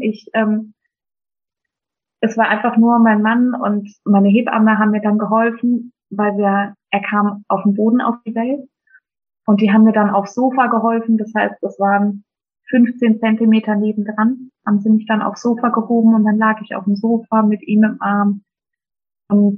es war einfach nur mein Mann und meine Hebamme haben mir dann geholfen, weil er kam auf dem Boden auf die Welt und die haben mir dann aufs Sofa geholfen, das heißt, das waren 15 Zentimeter nebendran, haben sie mich dann aufs Sofa gehoben und dann lag ich auf dem Sofa mit ihm im Arm und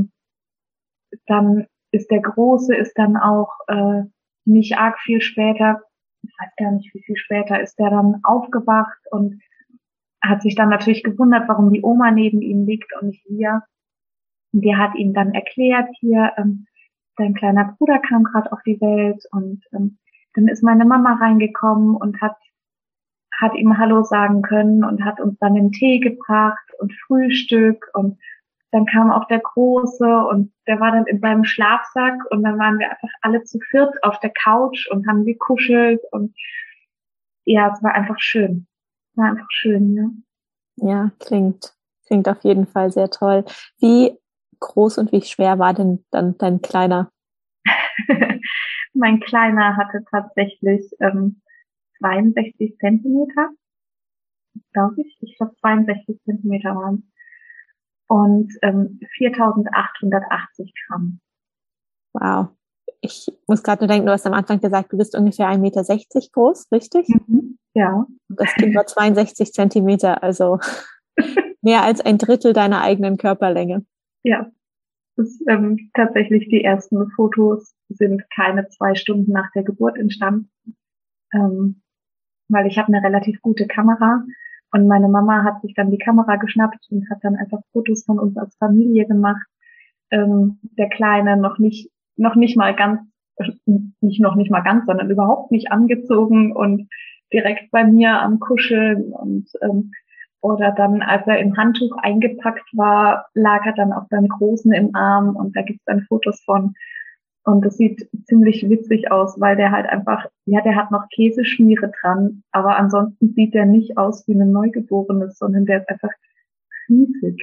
dann der Große ist dann auch nicht arg viel später, ich weiß gar nicht, wie viel später, ist der dann aufgewacht und hat sich dann natürlich gewundert, warum die Oma neben ihm liegt und nicht wir. Und die hat ihm dann erklärt, hier, dein kleiner Bruder kam gerade auf die Welt und dann ist meine Mama reingekommen und hat ihm Hallo sagen können und hat uns dann den Tee gebracht und Frühstück und dann kam auch der Große und der war dann in seinem Schlafsack und dann waren wir einfach alle zu viert auf der Couch und haben gekuschelt und ja, es war einfach schön. War einfach schön, ja. Ja, klingt auf jeden Fall sehr toll. Wie groß und wie schwer war denn dann dein Kleiner? Mein Kleiner hatte tatsächlich 62 Zentimeter, glaube ich. Ich glaube 62 Zentimeter waren und 4.880 Gramm. Wow. Ich muss gerade nur denken, du hast am Anfang gesagt, du bist ungefähr 1,60 Meter groß, richtig? Mhm, ja. Das Kind war 62 Zentimeter, also mehr als ein Drittel deiner eigenen Körperlänge. Ja, tatsächlich die ersten Fotos sind keine 2 Stunden nach der Geburt entstanden, weil ich habe eine relativ gute Kamera und meine Mama hat sich dann die Kamera geschnappt und hat dann einfach Fotos von uns als Familie gemacht. Der Kleine noch nicht mal ganz, sondern überhaupt nicht angezogen und direkt bei mir am Kuscheln und oder dann, als er im Handtuch eingepackt war, lag er dann auch beim Großen im Arm und da gibt's dann Fotos von. Und das sieht ziemlich witzig aus, weil der halt einfach, ja, der hat noch Käseschmiere dran, aber ansonsten sieht der nicht aus wie ein Neugeborenes, sondern der ist einfach riesig.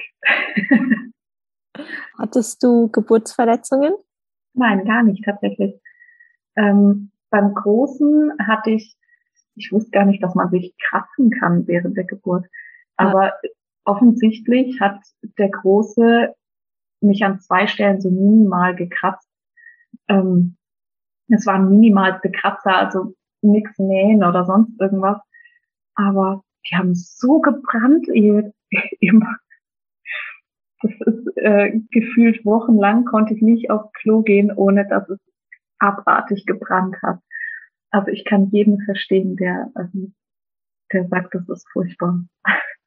Hattest du Geburtsverletzungen? Nein, gar nicht tatsächlich. Beim Großen ich wusste gar nicht, dass man sich kratzen kann während der Geburt. Aber offensichtlich hat der Große mich an 2 Stellen so minimal gekratzt. Es waren minimalste Kratzer, also nix nähen oder sonst irgendwas. Aber die haben so gebrannt, das ist gefühlt wochenlang konnte ich nicht aufs Klo gehen, ohne dass es abartig gebrannt hat. Also ich kann jeden verstehen, der sagt, das ist furchtbar.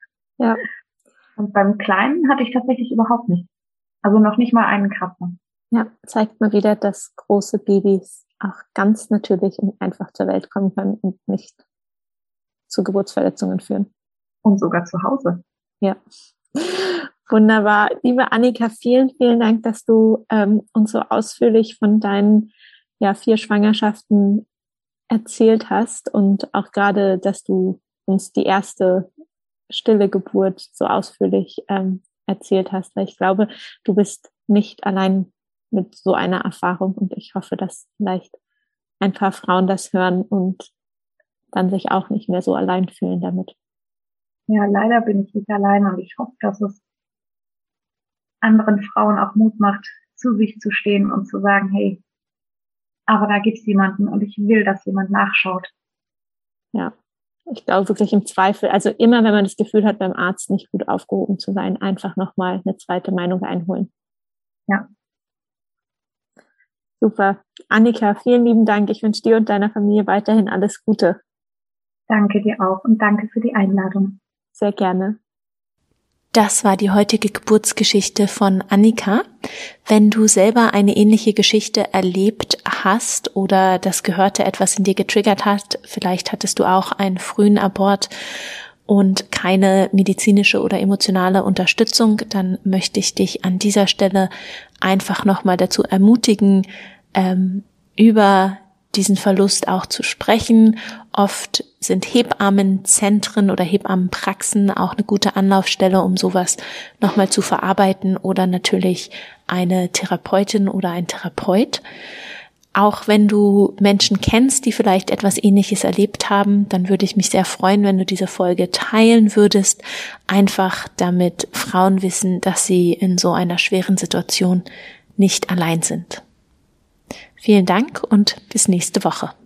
Ja. Und beim Kleinen hatte ich tatsächlich überhaupt nicht. Also noch nicht mal einen Kratzer. Ja, zeigt mal wieder, dass große Babys auch ganz natürlich und einfach zur Welt kommen können und nicht zu Geburtsverletzungen führen. Und sogar zu Hause. Ja. Wunderbar. Liebe Annika, vielen, vielen Dank, dass du uns so ausführlich von deinen 4 Schwangerschaften erzählt hast und auch gerade, dass du uns die erste stille Geburt so ausführlich erzählt hast, weil ich glaube, du bist nicht allein mit so einer Erfahrung und ich hoffe, dass vielleicht ein paar Frauen das hören und dann sich auch nicht mehr so allein fühlen damit. Ja, leider bin ich nicht allein und ich hoffe, dass es anderen Frauen auch Mut macht, zu sich zu stehen und zu sagen, hey, aber da gibt's jemanden und ich will, dass jemand nachschaut. Ja, ich glaube wirklich im Zweifel, also immer, wenn man das Gefühl hat, beim Arzt nicht gut aufgehoben zu sein, einfach nochmal eine zweite Meinung einholen. Ja. Super. Annika, vielen lieben Dank. Ich wünsche dir und deiner Familie weiterhin alles Gute. Danke dir auch und danke für die Einladung. Sehr gerne. Das war die heutige Geburtsgeschichte von Annika. Wenn du selber eine ähnliche Geschichte erlebt hast oder das Gehörte etwas in dir getriggert hat, vielleicht hattest du auch einen frühen Abort und keine medizinische oder emotionale Unterstützung, dann möchte ich dich an dieser Stelle einfach nochmal dazu ermutigen, über diesen Verlust auch zu sprechen. Oft sind Hebammenzentren oder Hebammenpraxen auch eine gute Anlaufstelle, um sowas nochmal zu verarbeiten oder natürlich eine Therapeutin oder ein Therapeut. Auch wenn du Menschen kennst, die vielleicht etwas Ähnliches erlebt haben, dann würde ich mich sehr freuen, wenn du diese Folge teilen würdest, einfach damit Frauen wissen, dass sie in so einer schweren Situation nicht allein sind. Vielen Dank und bis nächste Woche.